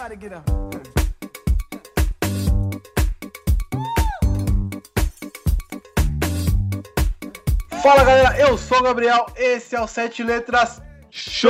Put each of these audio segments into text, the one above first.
Fala galera, eu sou o Gabriel, esse é o 7 Letras Show!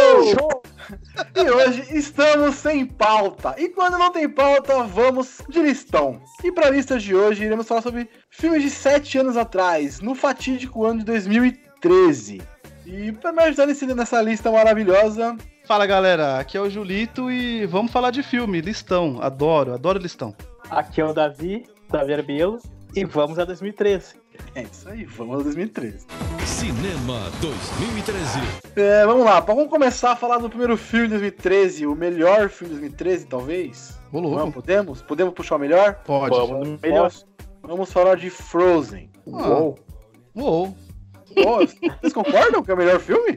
E hoje estamos sem pauta. E quando não tem pauta, vamos de listão. E para a lista de hoje, iremos falar sobre filmes de 7 anos atrás, no fatídico ano de 2013. E para me ajudar nessa lista maravilhosa... Fala galera, aqui é o Julito e vamos falar de filme, listão, adoro listão. Aqui é o Davi Arbelo e vamos a 2013. É isso aí, vamos a 2013. Cinema 2013. Vamos lá, vamos começar a falar do primeiro filme de 2013, o melhor filme de 2013, talvez? Não, podemos? Podemos puxar o melhor? Pode. Vamos, melhor. Vamos falar de Frozen. Uou. Vocês concordam que é o melhor filme?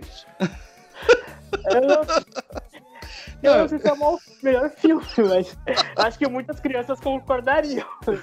Eu não sei se é o melhor filme, mas acho que muitas crianças concordariam.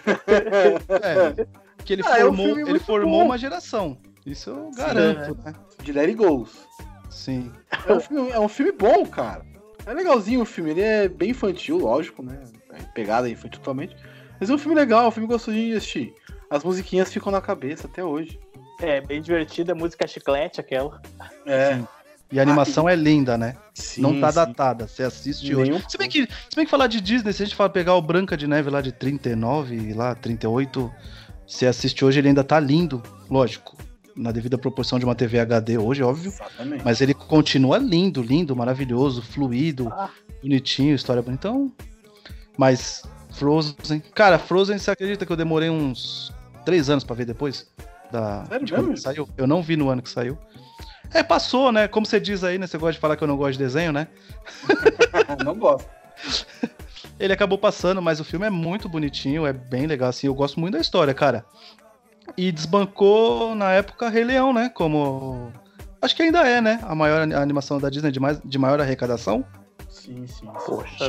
Que ele formou bom. uma geração. Isso eu garanto, né? De Let It Go. Sim. É um filme bom, cara. É legalzinho o filme, ele é bem infantil, lógico, né? Pegada infantil totalmente. Mas é um filme legal, um filme gostosinho de assistir. As musiquinhas ficam na cabeça até hoje. É, bem divertida, música chiclete aquela. Sim. E a animação é linda, né? Sim, não tá datada, você assiste hoje. Se bem que falar de Disney, se a gente pegar o Branca de Neve lá de 39, lá 38, você assiste hoje, ele ainda tá lindo, lógico, na devida proporção de uma TV HD hoje, óbvio. Exatamente. Mas ele continua lindo, maravilhoso, fluido, bonitinho, história bonita. Então, mas Frozen... Cara, Frozen, você acredita que eu demorei uns 3 anos pra ver depois? Sério de quando mesmo? que saiu? Eu não vi no ano que saiu. Passou, né? Como você diz aí, né? Você gosta de falar que eu não gosto de desenho, né? Não gosto. Ele acabou passando, mas o filme é muito bonitinho, é bem legal, assim. Eu gosto muito da história, cara. E desbancou, na época, Rei Leão, né? Como... Acho que ainda é, né? A maior animação da Disney de maior arrecadação. Sim. Poxa,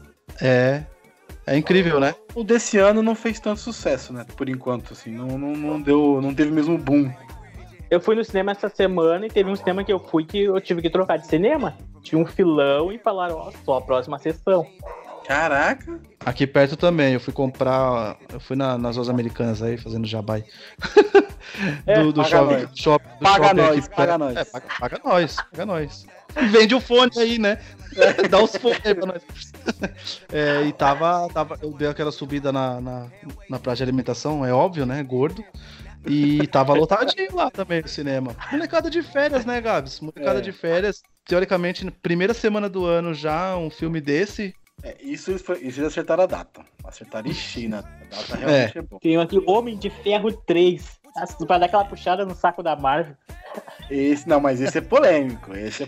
é incrível, né? O desse ano não fez tanto sucesso, né? Por enquanto, assim. Não teve mesmo boom. eu fui no cinema essa semana e teve um cinema que eu fui que eu tive que trocar de cinema. Tinha um filão e falaram, ó, só a próxima sessão. Caraca! Aqui perto também, eu fui comprar... Eu fui nas lojas americanas aí, fazendo jabai. do shopping. Paga nós, aqui paga perto. nós. Paga nós. E vende o fone aí, né? Dá os fones aí pra nós. E eu dei aquela subida na praça de alimentação, é óbvio, né? Gordo. E tava lotadinho lá também no cinema. Molecada de férias, né, Gabs? Molecada de férias. Teoricamente, primeira semana do ano já, um filme desse. Isso eles acertaram a data. Acertaram em China. A data realmente é boa. Tem aqui Homem de Ferro 3. Pra dar aquela puxada no saco da Marvel. Mas esse é polêmico. Esse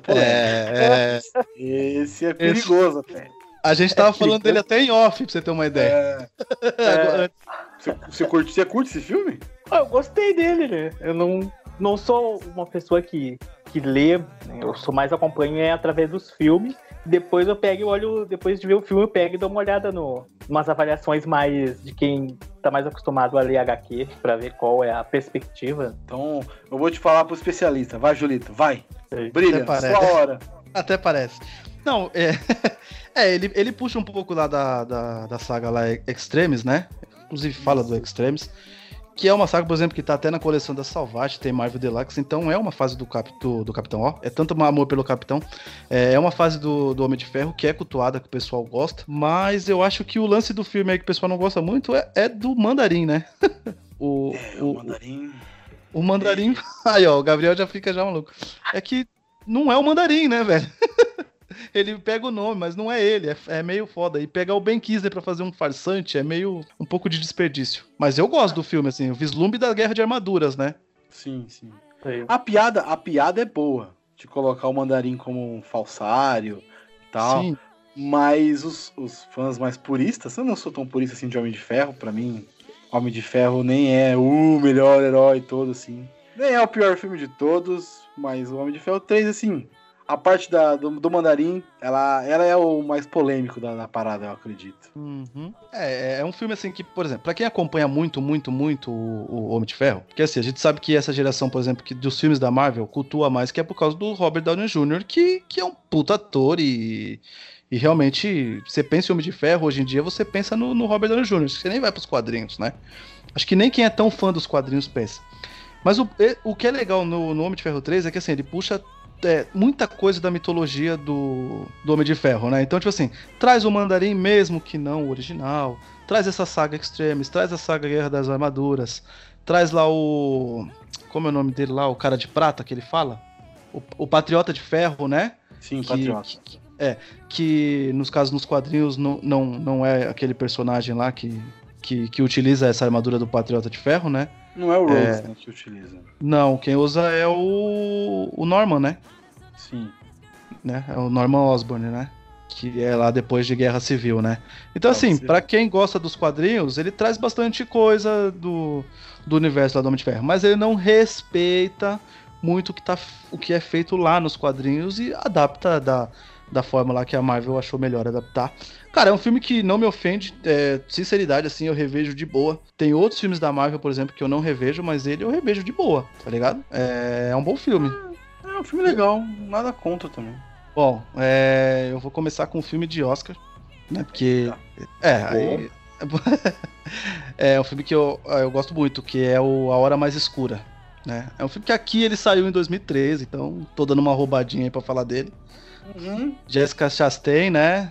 é perigoso até. A gente tava falando dele até em off, pra você ter uma ideia. Você curte esse filme? Eu gostei dele, né? Eu não sou uma pessoa que lê, né? Eu sou mais acompanho através dos filmes. Depois eu pego e olho, depois de ver o filme, eu pego e dou uma olhada umas avaliações mais de quem tá mais acostumado a ler HQ, pra ver qual é a perspectiva. Então, eu vou te falar pro especialista. Vai, Julito, vai. Brilha, sua hora. Até parece. Não, ele puxa um pouco lá da saga lá Extremes, né? Inclusive fala do Extremes, que é uma saga, por exemplo, que tá até na coleção da Salvage, tem Marvel Deluxe, então é uma fase do Capitão, ó, é tanto amor pelo Capitão, é uma fase do Homem de Ferro que é cultuada, que o pessoal gosta, mas eu acho que o lance do filme aí que o pessoal não gosta muito é do Mandarim, né? O Mandarim... O Mandarim... Aí, ó, o Gabriel já fica maluco. É que não é o Mandarim, né, velho? Ele pega o nome, mas não é ele, é meio foda. E pegar o Ben Kingsley pra fazer um farsante é meio um pouco de desperdício. Mas eu gosto do filme, assim, o vislumbre da Guerra de Armaduras, né? Sim. A piada é boa, de colocar o Mandarim como um falsário e tal. Sim. Mas os fãs mais puristas, eu não sou tão purista assim de Homem de Ferro, pra mim, Homem de Ferro nem é o melhor herói todo, assim. Nem é o pior filme de todos, mas o Homem de Ferro 3, assim... a parte do Mandarim, ela é o mais polêmico da parada, eu acredito. Uhum. É um filme assim que, por exemplo, pra quem acompanha muito o Homem de Ferro, porque assim, a gente sabe que essa geração, por exemplo, dos filmes da Marvel cultua mais, que é por causa do Robert Downey Jr., que é um puta ator e realmente, você pensa em Homem de Ferro, hoje em dia você pensa no Robert Downey Jr., você nem vai pros quadrinhos, né? Acho que nem quem é tão fã dos quadrinhos pensa. Mas o que é legal no Homem de Ferro 3 é que assim, ele puxa muita coisa da mitologia do Homem de Ferro, né? Então, tipo assim, traz o Mandarim mesmo que não o original, traz essa saga Extremis, traz a saga Guerra das Armaduras, traz lá como é o nome dele lá? O cara de prata que ele fala? O Patriota de Ferro, né? Sim, Patriota. Que nos casos nos quadrinhos não é aquele personagem lá que utiliza essa armadura do Patriota de Ferro, né? Não é o Rhodes, né, que utiliza. Não, quem usa é o Norman, né? Sim. Né? É o Norman Osborn, né? Que é lá depois de Guerra Civil, né? Então, assim, pra quem gosta dos quadrinhos, ele traz bastante coisa do universo lá do Homem de Ferro, mas ele não respeita muito o que é feito lá nos quadrinhos e adapta da forma lá que a Marvel achou melhor adaptar. Cara, é um filme que não me ofende, sinceridade, assim, eu revejo de boa. Tem outros filmes da Marvel, por exemplo, que eu não revejo, mas ele eu revejo de boa, tá ligado? É um bom filme. É um filme legal, nada contra também. Bom, eu vou começar com um filme de Oscar, né, porque... É um filme que eu gosto muito, que é A Hora Mais Escura, né? É um filme que aqui ele saiu em 2013, então tô dando uma roubadinha aí pra falar dele. Uhum. Jessica Chastain, né?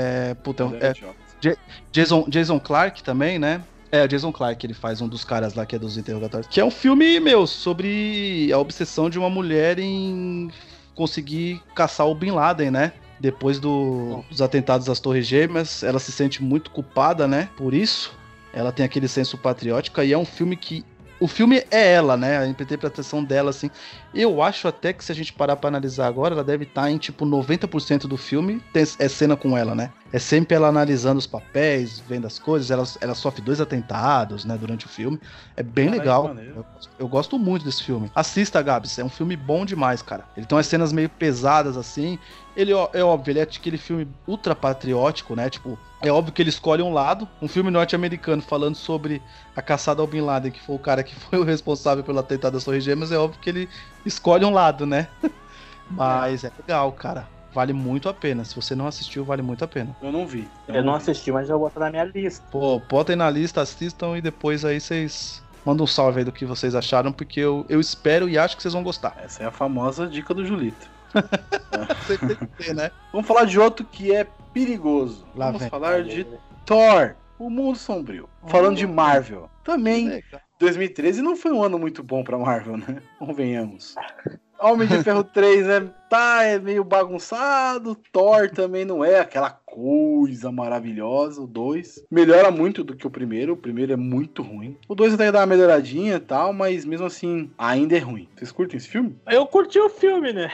Jason Clarke também, né? O Jason Clarke, ele faz um dos caras lá que é dos interrogatórios. Que é um filme, sobre a obsessão de uma mulher em conseguir caçar o Bin Laden, né? Depois dos atentados às Torres Gêmeas, ela se sente muito culpada, né? Por isso, ela tem aquele senso patriótico e é um filme que... O filme é ela, né? A interpretação dela, assim. Eu acho até que se a gente parar pra analisar agora, ela deve estar em, tipo, 90% do filme é cena com ela, né? É sempre ela analisando os papéis, vendo as coisas. Ela sofre 2 atentados, né? Durante o filme. É bem legal. Eu gosto muito desse filme. Assista, Gabs. É um filme bom demais, cara. Ele tem umas cenas meio pesadas, assim. Ele, é óbvio, ele é aquele filme ultra patriótico, né? Tipo, é óbvio que ele escolhe um lado. Um filme norte-americano falando sobre a caçada ao Bin Laden, que foi o cara que foi o responsável pelo atentado das Torres Gêmeas. É óbvio que ele escolhe um lado, né? Mas é legal, cara. Vale muito a pena. Se você não assistiu, vale muito a pena. Eu não vi. Eu não assisti, mas já vou botar na minha lista. Pô, botem na lista, assistam e depois aí vocês mandam um salve aí do que vocês acharam, porque eu espero e acho que vocês vão gostar. Essa é a famosa dica do Julito. Sempre tem que ter, né? Vamos falar de outro que é perigoso. Vamos falar de Thor, O Mundo Sombrio. Falando de Marvel. Também, 2013 não foi um ano muito bom pra Marvel, né? Convenhamos. Homem de Ferro 3 é meio bagunçado. Thor também não é aquela coisa maravilhosa. O 2 melhora muito do que o primeiro. O primeiro é muito ruim. O 2 até dá uma melhoradinha e tal, mas mesmo assim ainda é ruim. Vocês curtem esse filme? Eu curti o filme, né?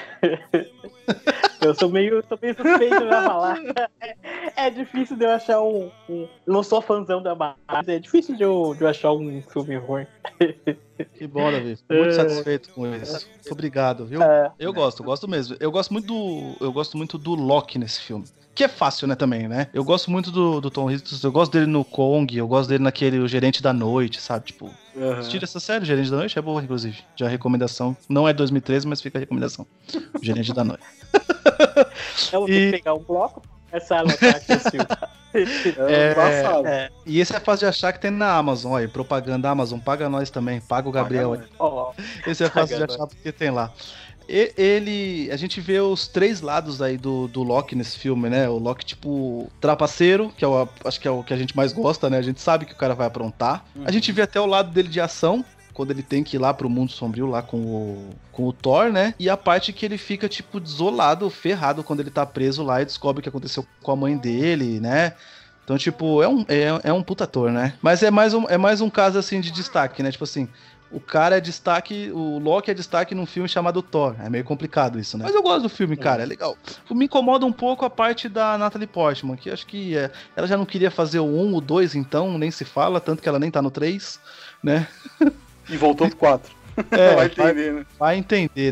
Eu sou meio suspeito pra falar. É difícil de eu achar um... Não sou fãzão da Marvel, mas é difícil de eu achar um filme ruim. Que bom, Davi. Muito satisfeito com isso. Muito obrigado, viu? Eu gosto mesmo. Eu gosto muito do Loki nesse filme. Que é fácil, né, também, né? Eu gosto muito do Tom Hiddleston, eu gosto dele no Kong, eu gosto dele naquele O Gerente da Noite, sabe? Tipo, assistir essa série, O Gerente da Noite, é boa, inclusive. Já recomendação. Não é 2013, mas fica a recomendação. O Gerente da Noite. Eu vou ter que pegar um bloco, essa anotar aqui esse filme. E esse é fácil de achar que tem na Amazon. Olha, propaganda Amazon, paga nós também, paga o Gabriel. Esse é fácil de achar porque tem lá. A gente vê os 3 lados aí do Loki nesse filme, né? O Loki, tipo, trapaceiro, que acho que é o que a gente mais gosta, né? A gente sabe que o cara vai aprontar. A gente vê até o lado dele de ação, quando ele tem que ir lá pro mundo sombrio, lá com o Thor, né? E a parte que ele fica, tipo, desolado, ferrado, quando ele tá preso lá e descobre o que aconteceu com a mãe dele, né? Então, tipo, é um puta ator, né? Mas é mais um caso, assim, de destaque, né? Tipo assim, o cara é destaque, o Loki é destaque num filme chamado Thor. É meio complicado isso, né? Mas eu gosto do filme, cara, é legal. Me incomoda um pouco a parte da Natalie Portman, que acho que ela já não queria fazer o 1, o 2, então, nem se fala, tanto que ela nem tá no 3, né? E voltou pro 4. Vai entender, né? Vai entender, né?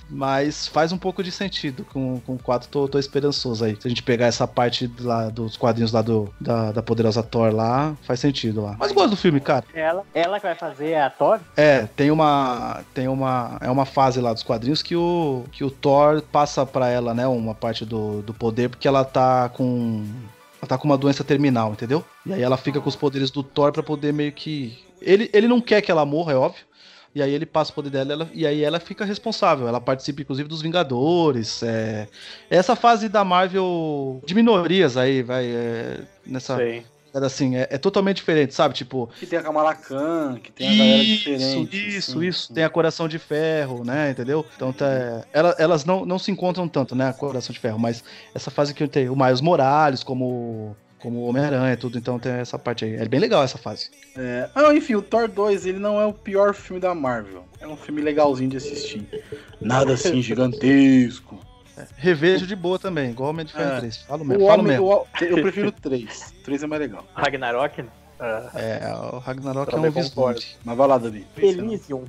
Mas faz um pouco de sentido com o 4, tô esperançoso aí. Se a gente pegar essa parte lá dos quadrinhos lá da poderosa Thor lá, faz sentido lá. Mas gosto do filme, cara. Ela que vai fazer a Thor? É uma fase lá dos quadrinhos que o Thor passa pra ela, né, uma parte do poder, porque ela tá com uma doença terminal, entendeu? E aí ela fica com os poderes do Thor pra poder meio que... Ele não quer que ela morra, é óbvio. E aí ele passa o poder dela e aí ela fica responsável. Ela participa, inclusive, dos Vingadores. Essa fase da Marvel de minorias aí, vai... nessa... Sei. Assim, é totalmente diferente, sabe? Tipo... Que tem a Kamala Khan, que tem a galera diferente. Isso. Tem a Coração de Ferro, né? Entendeu? Então elas não se encontram tanto, né? A Coração de Ferro. Mas essa fase que eu tenho o Miles Morales como Homem-Aranha e tudo. Então tem essa parte aí. É bem legal essa fase. Enfim, o Thor 2, ele não é o pior filme da Marvel. É um filme legalzinho de assistir. Nada assim gigantesco. Revejo de boa também, igual o Homem de Ferro 3. Falo mesmo. Eu prefiro o 3. O 3 é mais legal. Ragnarok, né? O Ragnarok Também é um vislumbre. Mas vai lá, Davi. Elysium.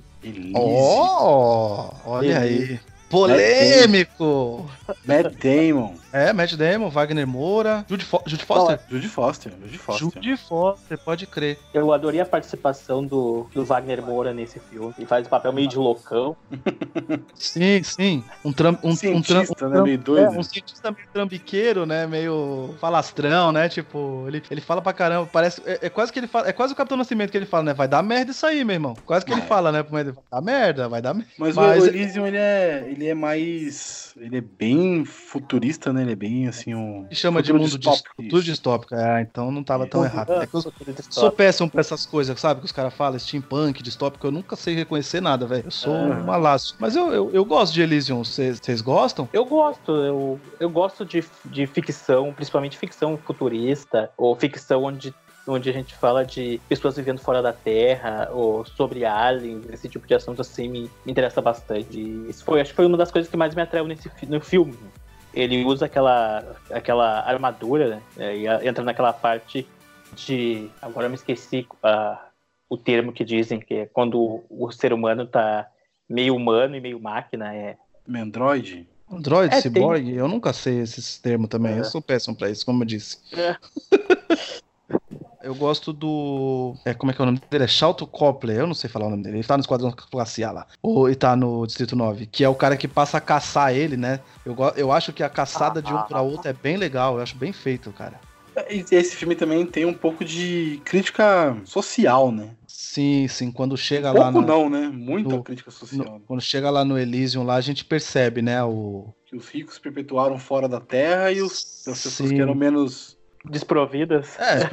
Olha aí. Polêmico! Matt Damon. Matt Damon, Wagner Moura, Judy Foster? Judy Foster. Judy Foster, pode crer. Eu adorei a participação do Wagner Moura nesse filme. Ele faz o papel meio de loucão. Sim. Um cientista, né? Meio doido. Um cientista meio trambiqueiro, né? Meio falastrão, né? Tipo, ele fala pra caramba. Parece. É quase que ele fala. É quase o Capitão Nascimento que ele fala, né? Vai dar merda isso aí, meu irmão. Quase que ele fala, né? Vai dar merda, vai dar merda. Mas o Elysium, ele é mais... Ele é bem futurista, né? Ele é bem, assim, que chama de mundo distópico. Então não tava tão errado. É que eu sou péssimo pra essas coisas, sabe? Que os caras falam, steampunk, distópico. Eu nunca sei reconhecer nada, velho. Eu sou um malaço. Mas eu gosto de Elysium. Vocês gostam? Eu gosto. Eu gosto de ficção, principalmente ficção futurista, ou ficção onde a gente fala de pessoas vivendo fora da Terra, ou sobre aliens, esse tipo de assunto assim me interessa bastante. E acho que foi uma das coisas que mais me atraiu no filme. Ele usa aquela armadura, né, e entra naquela parte de... Agora eu me esqueci o termo que dizem, que é quando o ser humano tá meio humano e meio máquina. Android? Android, cyborg? Eu nunca sei esses termos também. Eu sou péssimo pra isso, como eu disse. Eu gosto do... como é que é o nome dele? É Shalto Copley, eu não sei falar o nome dele. Ele tá no Esquadrão Classe A lá. Ou ele tá no Distrito 9. Que é o cara que passa a caçar ele, né? Eu acho que a caçada de um pra outro é bem legal. Eu acho bem feito, cara. Esse filme também tem um pouco de crítica social, né? Sim. Quando chega pouco lá... não, né? Muita crítica social. Quando chega lá no Elysium, lá a gente percebe, né? Que os ricos perpetuaram fora da Terra e as pessoas que eram menos... desprovidas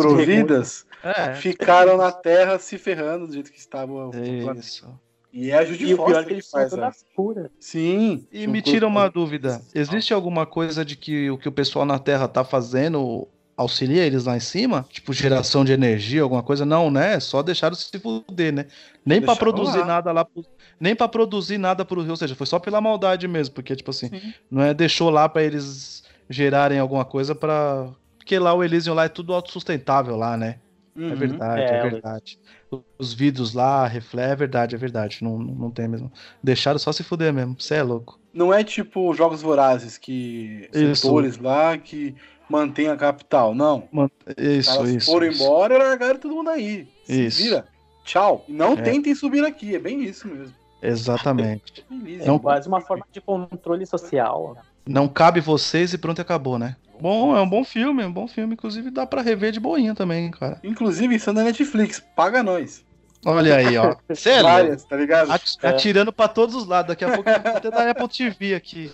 ficaram na Terra se ferrando do jeito que estavam. Isso. E é a Judy Foster que faz das curas. Sim. E me tira uma dúvida. Existe alguma coisa de que o pessoal na Terra tá fazendo auxilia eles lá em cima? Tipo, geração de energia, alguma coisa? Não, né? Só deixaram se fuder, né? Nem pra produzir nada lá. Nem pra produzir nada pro Rio. Ou seja, foi só pela maldade mesmo. Porque, tipo assim, não é deixou lá pra eles gerarem alguma coisa pra... Porque lá o Elysium lá é tudo autossustentável lá, né? É verdade. Os vidros lá, reflé, é verdade. Não tem mesmo. Deixaram só se fuder mesmo. Você é louco. Não é tipo Jogos Vorazes, que setores lá que mantém a capital, não. Os caras foram embora e largaram todo mundo aí. Se vira. Tchau. Não tentem subir aqui, é bem isso mesmo. Exatamente. É quase uma forma de controle social. Não cabe vocês e pronto, acabou, né? Bom, é um bom filme. Inclusive dá pra rever de boinha também, cara. Inclusive, isso é na Netflix, paga nós. Olha aí, ó. Sério? Várias, tá ligado? Atirando pra todos os lados. Daqui a pouco eu vou até dar Apple TV aqui.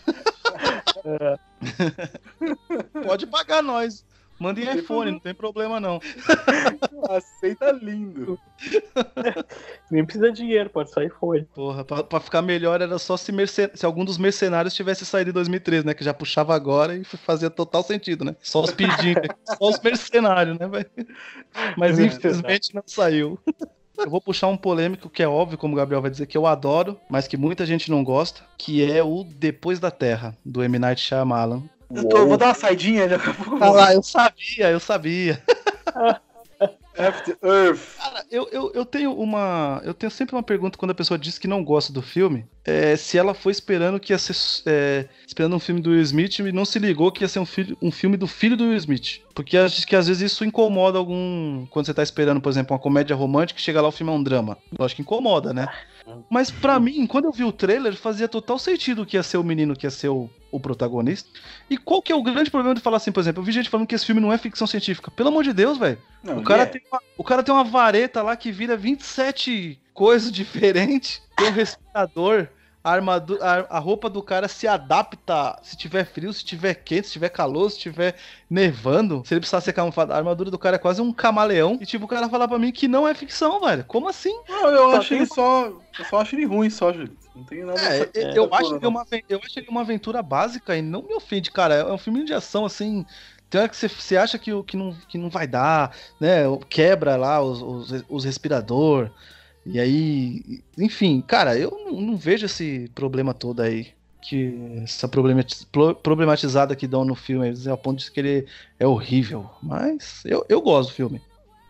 Pode pagar nós. Mandem iPhone, não tem problema não. Aceita lindo. Nem precisa de dinheiro, pode só iPhone. Porra, pra ficar melhor era só se algum dos mercenários tivesse saído em 2013, né? Que já puxava agora e fazia total sentido, né? Só os pedinhos, só os mercenários, né, velho? Mas infelizmente não saiu. Eu vou puxar um polêmico que é óbvio, como o Gabriel vai dizer, que eu adoro, mas que muita gente não gosta, que é o Depois da Terra, do M. Night Shyamalan. Eu vou dar uma saidinha daqui a pouco. Ah lá, eu sabia. After Earth. Cara, eu tenho uma. Eu tenho sempre uma pergunta quando a pessoa diz que não gosta do filme. Se ela foi esperando que ia ser. Esperando um filme do Will Smith e não se ligou que ia ser um filme do filho do Will Smith. Porque acho que às vezes isso incomoda algum. Quando você tá esperando, por exemplo, uma comédia romântica e chega lá o filme é um drama. Eu acho que incomoda, né? Mas pra mim, quando eu vi o trailer, fazia total sentido que ia ser o menino que ia ser o protagonista. E qual que é o grande problema de falar assim, por exemplo, eu vi gente falando que esse filme não é ficção científica. Pelo amor de Deus, velho. O cara tem uma vareta lá que vira 27 coisas diferentes, tem um respirador, a roupa do cara se adapta se tiver frio, se tiver quente, se tiver calor, se tiver nevando, se ele precisar ser camuflado. A armadura do cara é quase um camaleão. E tipo, o cara falar pra mim que não é ficção, velho. Como assim? Não, eu só acho ele ruim, só, Júlio. Não tem nada. Eu acho ele uma aventura básica e não me ofende, cara. É um filme de ação, assim. Tem hora que você acha que não vai dar, né? Quebra lá os respirador. E aí, enfim, cara, eu não vejo esse problema todo aí. Essa problematizada que dão no filme, ao ponto de que ele é horrível. Mas eu gosto do filme.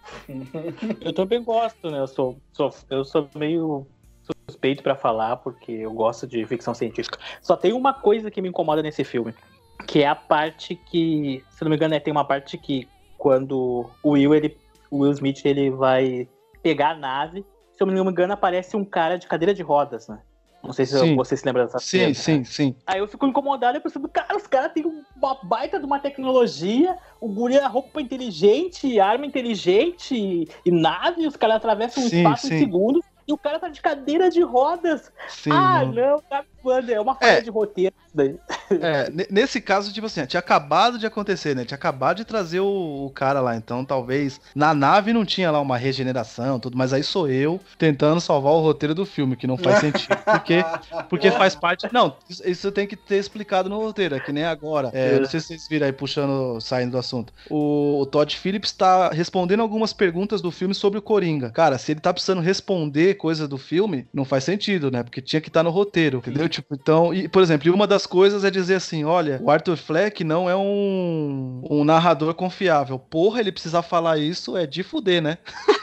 Eu também gosto, né? Eu sou meio suspeito pra falar, porque eu gosto de ficção científica. Só tem uma coisa que me incomoda nesse filme, que é a parte que, se não me engano, tem uma parte que quando o Will Smith ele vai pegar a nave, se eu não me engano, aparece um cara de cadeira de rodas, né? Não sei se você se lembra dessa cena. Sim. Aí eu fico incomodado e pensando, cara, os caras têm uma baita de uma tecnologia, o guri é roupa inteligente, arma inteligente e nave, os caras atravessam um espaço em segundos e o cara tá de cadeira de rodas. Não, tá foda, é uma falha de roteiro isso daí. Nesse caso, tipo assim, tinha acabado de acontecer, né? Tinha acabado de trazer o cara lá, então talvez na nave não tinha lá uma regeneração, tudo, mas aí sou eu tentando salvar o roteiro do filme, que não faz sentido, porque faz parte... Não, isso tem que ter explicado no roteiro, é que nem agora. Não sei se vocês viram aí, saindo do assunto. O Todd Phillips tá respondendo algumas perguntas do filme sobre o Coringa. Cara, se ele tá precisando responder coisa do filme, não faz sentido, né? Porque tinha que estar no roteiro, entendeu? Tipo, então, por exemplo, uma das coisas é dizer assim, olha, o Arthur Fleck não é um narrador confiável. Porra, ele precisar falar isso é de fuder, né?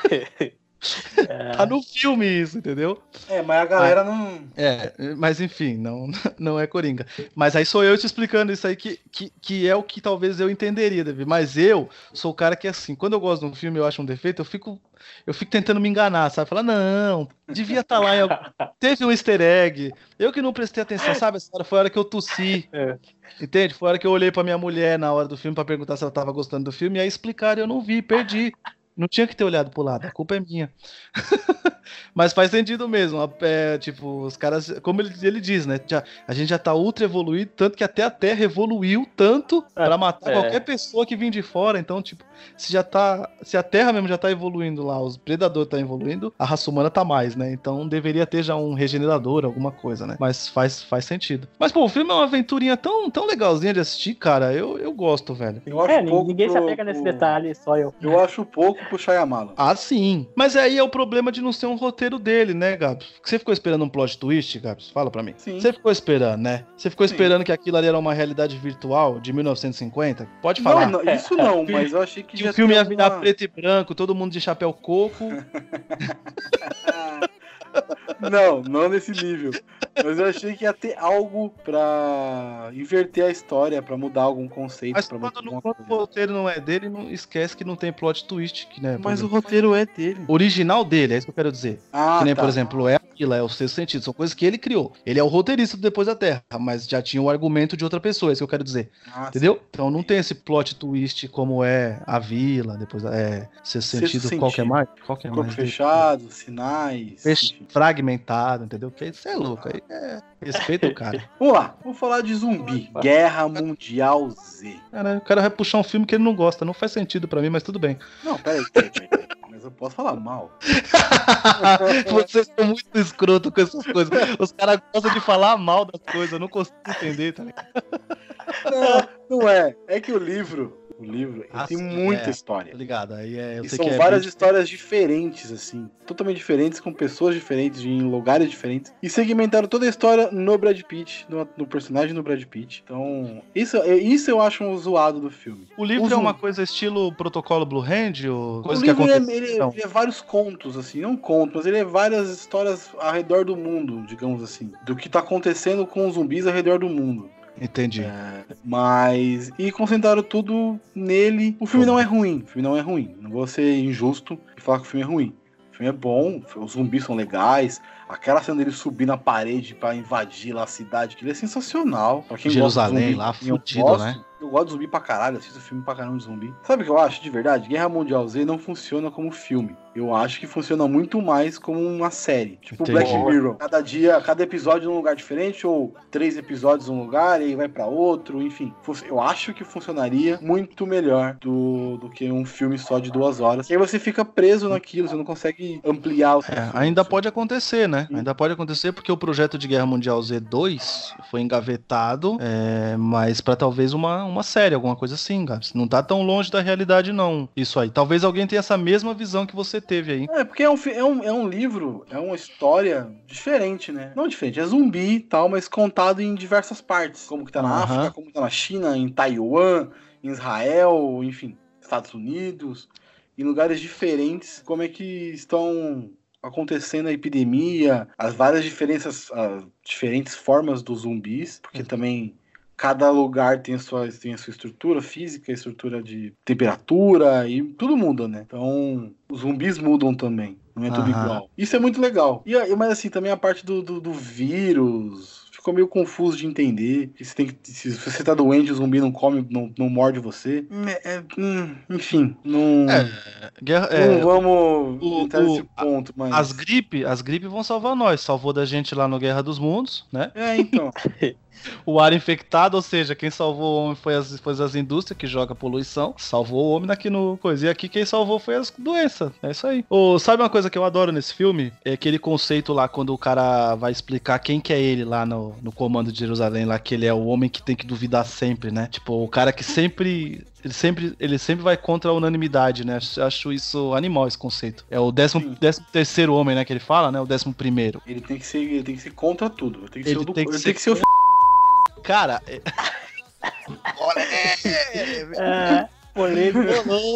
Tá no filme isso, entendeu? Mas a galera não... Mas enfim, não é Coringa. Mas aí sou eu te explicando isso aí, que é o que talvez eu entenderia, Davi. Mas eu sou o cara que, assim, quando eu gosto de um filme e eu acho um defeito, eu fico tentando me enganar, sabe? Falar, não, devia estar lá teve um easter egg. Eu que não prestei atenção, sabe? Essa hora foi a hora que eu tossi. Entende? Foi a hora que eu olhei pra minha mulher na hora do filme pra perguntar se ela tava gostando do filme, e aí explicaram, eu não vi, perdi. Não tinha que ter olhado pro lado, a culpa é minha. Mas faz sentido mesmo. Tipo, os caras, como ele diz, né? A gente já tá ultra evoluído, tanto que até a Terra evoluiu tanto pra matar qualquer pessoa que vem de fora. Então, tipo, se a Terra mesmo já tá evoluindo lá, os predadores tá evoluindo, a raça humana tá mais, né? Então deveria ter já um regenerador, alguma coisa, né? Mas faz sentido. Mas, pô, o filme é uma aventurinha tão legalzinha de assistir, cara. Eu gosto, velho. Eu acho pouco ninguém se apega nesse detalhe, só eu. Eu acho pouco pro Shyamalan. Ah, sim. Mas aí é o problema de não ser um roteiro dele, né, Gabs? Você ficou esperando um plot twist, Gabs? Fala pra mim. Sim. Você ficou esperando, né? Você ficou esperando que aquilo ali era uma realidade virtual de 1950? Pode falar. Não, isso não, mas eu achei que o filme ia virar preto e branco, todo mundo de chapéu coco. Não nesse nível. Mas eu achei que ia ter algo pra inverter a história, pra mudar algum conceito. Mas quando o roteiro não é dele, não esquece que não tem plot twist. Né, mas o roteiro é dele. Original dele, é isso que eu quero dizer. Que nem, por exemplo, Aquila, é o Sexto Sentido. São coisas que ele criou. Ele é o roteirista do Depois da Terra, mas já tinha o argumento de outra pessoa, é isso que eu quero dizer. Entendeu? Sim. Então não tem esse plot twist como é A Vila, depois Sexto Sentido, qual que é mais? Corpo fechado, sinais. Fragmentado, entendeu? Porque isso é louco. Aí respeita o cara. Vamos lá, vamos falar de zumbi. Guerra Mundial Z. Cara, o cara vai puxar um filme que ele não gosta. Não faz sentido pra mim, mas tudo bem. Não, peraí. Mas eu posso falar mal. Vocês são muito escroto com essas coisas. Os caras gostam de falar mal das coisas. Eu não consigo entender, tá ligado? Não é. É que o livro o livro, ele tem muita história. Ligado, aí eu e sei são que várias histórias diferentes, assim, totalmente diferentes, com pessoas diferentes, em lugares diferentes. E segmentaram toda a história no Brad Pitt, no personagem do Brad Pitt. Então, isso eu acho um zoado do filme. O livro é uma coisa estilo Protocolo Blue Hand, ou coisa que livro aconteceu? Ele é vários contos, assim, não contos, mas ele é várias histórias ao redor do mundo, digamos assim, do que tá acontecendo com os zumbis ao redor do mundo. Entendi. E concentraram tudo nele. O filme não é ruim. Não vou ser injusto e falar que o filme é ruim. O filme é bom, os zumbis são legais. Aquela cena dele subir na parede pra invadir lá a cidade, que ele é sensacional. Pra quem Jerusalém, gosta de zumbi, lá, fudido, né? Eu gosto de zumbi pra caralho, assisto filme pra caramba de zumbi. Sabe o que eu acho, de verdade? Guerra Mundial Z não funciona como filme. Eu acho que funciona muito mais como uma série. Tipo Black Mirror. Cada episódio num lugar diferente, ou 3 episódios num lugar, e aí vai pra outro, enfim. Eu acho que funcionaria muito melhor do que um filme só de 2 horas. E aí você fica preso naquilo, você não consegue ampliar o seu filme. Ainda pode acontecer, né? Ainda pode acontecer porque o projeto de Guerra Mundial Z2 foi engavetado, mas pra talvez uma série, alguma coisa assim, cara. Não tá tão longe da realidade, não. Isso aí. Talvez alguém tenha essa mesma visão que você teve aí. Porque é um livro, é uma história diferente, né? Não diferente, é zumbi e tal, mas contado em diversas partes. Como que tá na África, como que tá na China, em Taiwan, em Israel, enfim, Estados Unidos, em lugares diferentes. Como é que estão acontecendo a epidemia, as várias diferentes formas dos zumbis, porque também cada lugar tem a sua estrutura física, estrutura de temperatura, e tudo muda, né? Então, os zumbis mudam também, não é tudo igual. Isso é muito legal. Mas assim, também a parte do vírus ficou meio confuso de entender. Se você tá doente, o zumbi não come, não morde você. Enfim, não vamos entrar nesse ponto, mas... As gripes vão salvar nós. Salvou da gente lá no Guerra dos Mundos, né? Então... O ar infectado, ou seja, quem salvou o homem foi as indústrias que jogam poluição. Salvou o homem aqui no coisa. E aqui quem salvou foi as doenças. É isso aí. Sabe uma coisa que eu adoro nesse filme? É aquele conceito lá, quando o cara vai explicar quem que é ele lá no comando de Jerusalém, lá que ele é o homem que tem que duvidar sempre, né? Tipo, o cara que sempre... Ele sempre vai contra a unanimidade, né? Acho isso animal, esse conceito. É o 13º homem, né? Que ele fala, né? O 11º. Ele tem que ser contra tudo. Ele tem que ser o cara... Polêmico.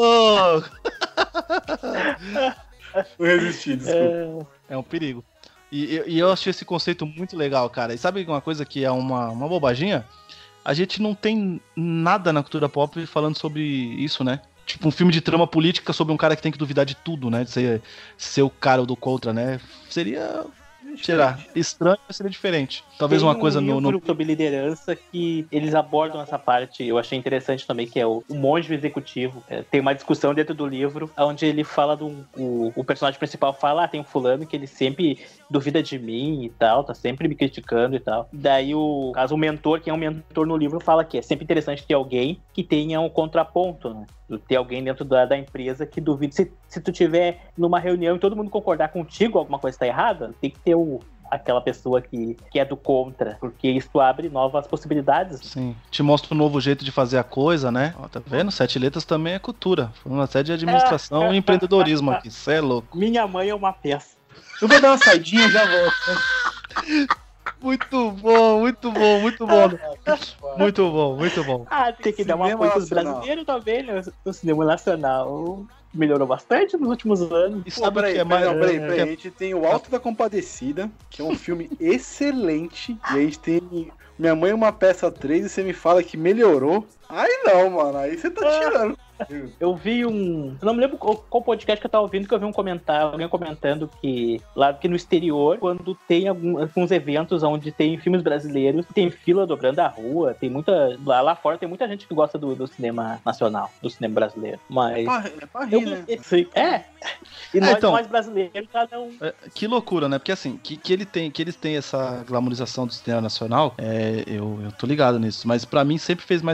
Não resisti, desculpa. É um perigo. E eu achei esse conceito muito legal, cara. E sabe uma coisa que é uma bobaginha? A gente não tem nada na cultura pop falando sobre isso, né? Tipo um filme de trama política sobre um cara que tem que duvidar de tudo, né? De ser o cara do contra, né? Seria... estranho, mas seria diferente. Talvez uma coisa no livro sobre liderança que eles abordam essa parte. Eu achei interessante também, que é o monge executivo. Tem uma discussão dentro do livro onde ele fala o personagem principal fala, tem um fulano que ele sempre duvida de mim e tal, tá sempre me criticando e tal. Daí o mentor, quem é um mentor no livro, fala que é sempre interessante ter alguém que tenha um contraponto, né? Ter alguém dentro da empresa que duvide. Se tu tiver numa reunião e todo mundo concordar contigo, alguma coisa está errada, tem que ter aquela pessoa que é do contra, porque isso abre novas possibilidades. Sim, te mostra um novo jeito de fazer a coisa, né? Ó, tá vendo? 7 letras também é cultura. Foi uma série de administração e empreendedorismo aqui. Cê é louco. Minha mãe é uma peça. Eu vou dar uma saidinha e já volto. Muito bom, muito bom, muito bom. Muito bom, muito bom. Tem que dar uma apoio pros brasileiros também, né? O cinema nacional melhorou bastante nos últimos anos. E sabe o que é mais... Peraí. A gente tem o Alto da Compadecida, que é um filme excelente, e a gente tem Minha Mãe é uma Peça 3, e você me fala que melhorou. Aí não, mano, aí você tá tirando. Eu vi eu não me lembro qual podcast que eu tava ouvindo, que eu vi alguém comentando que lá no exterior, quando tem alguns eventos onde tem filmes brasileiros, tem fila dobrando a rua, tem muita... Lá fora tem muita gente que gosta do cinema nacional, do cinema brasileiro. Mas... É pra rir, né? E nós brasileiros, cada um... Que loucura, né? Porque assim, que eles têm essa glamorização do cinema nacional, eu tô ligado nisso, mas pra mim sempre fez mais sentido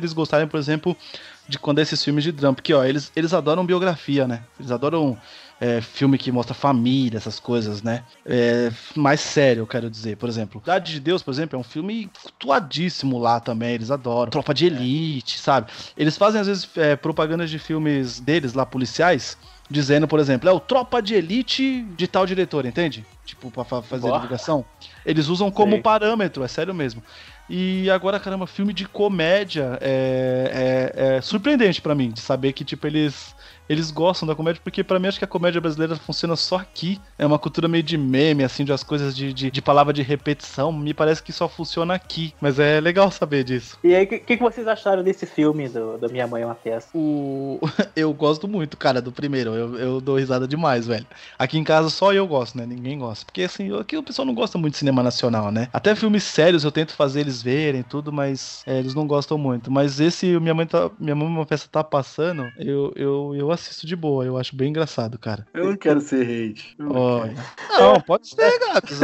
eles gostarem, por exemplo, de quando esses filmes de drama. Porque, ó, eles adoram biografia, né? Eles adoram filme que mostra família, essas coisas, né? Mais sério, eu quero dizer. Por exemplo, Cidade de Deus, por exemplo, é um filme cultuadíssimo lá também, eles adoram. Tropa de Elite, sabe? Eles fazem, às vezes, propagandas de filmes deles lá, policiais, dizendo, por exemplo, o Tropa de Elite de tal diretor, entende? Tipo, pra fazer divulgação. Eles usam como parâmetro, é sério mesmo. E agora, caramba, filme de comédia é surpreendente pra mim, de saber que, tipo, eles gostam da comédia, porque pra mim acho que a comédia brasileira funciona só aqui. É uma cultura meio de meme, assim, de as coisas de palavra de repetição. Me parece que só funciona aqui. Mas é legal saber disso. E aí, o que vocês acharam desse filme da Minha Mãe é uma Peça? Eu gosto muito, cara, do primeiro. Eu dou risada demais, velho. Aqui em casa só eu gosto, né? Ninguém gosta. Porque, assim, aqui o pessoal não gosta muito de cinema nacional, né? Até filmes sérios eu tento fazer eles verem tudo, mas eles não gostam muito. Mas esse Minha Mãe uma Peça tá passando, eu assisto de boa. Eu acho bem engraçado, cara. Eu não quero ser hate. Não, pode ser, gatos.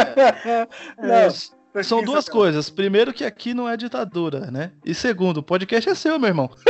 São duas coisas. Primeiro, que aqui não é ditadura, né? E segundo, o podcast é seu, meu irmão.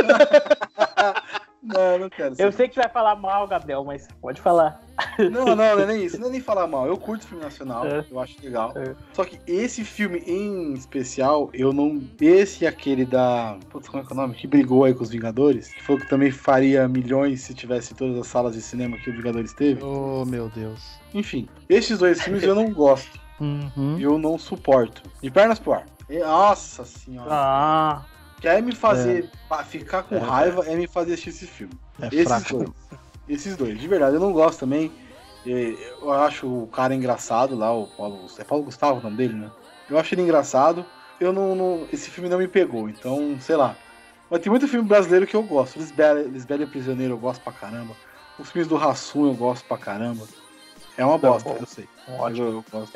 Não quero ser. Eu sei que você vai falar mal, Gabriel, mas pode falar. Não é nem isso. Não é nem falar mal. Eu curto filme nacional, eu acho legal. Só que esse filme em especial, eu não... Esse e aquele da... Putz, como é que é o nome? Que brigou aí com os Vingadores. Que foi que também faria milhões se tivesse todas as salas de cinema que o Vingadores teve. Oh, meu Deus. Enfim, esses dois filmes eu não gosto. Eu não suporto. De pernas pro ar. Nossa senhora. Quer me fazer ficar com raiva me fazer assistir esse filme. Esses dois. De verdade, eu não gosto também. Eu acho o cara engraçado lá, o Paulo. É Paulo Gustavo o nome dele, né? Eu acho ele engraçado. Esse filme não me pegou, então, sei lá. Mas tem muito filme brasileiro que eu gosto. Lisbela e o Prisioneiro eu gosto pra caramba. Os filmes do Hassum eu gosto pra caramba. É uma bosta, eu sei. Ótimo. Eu gosto.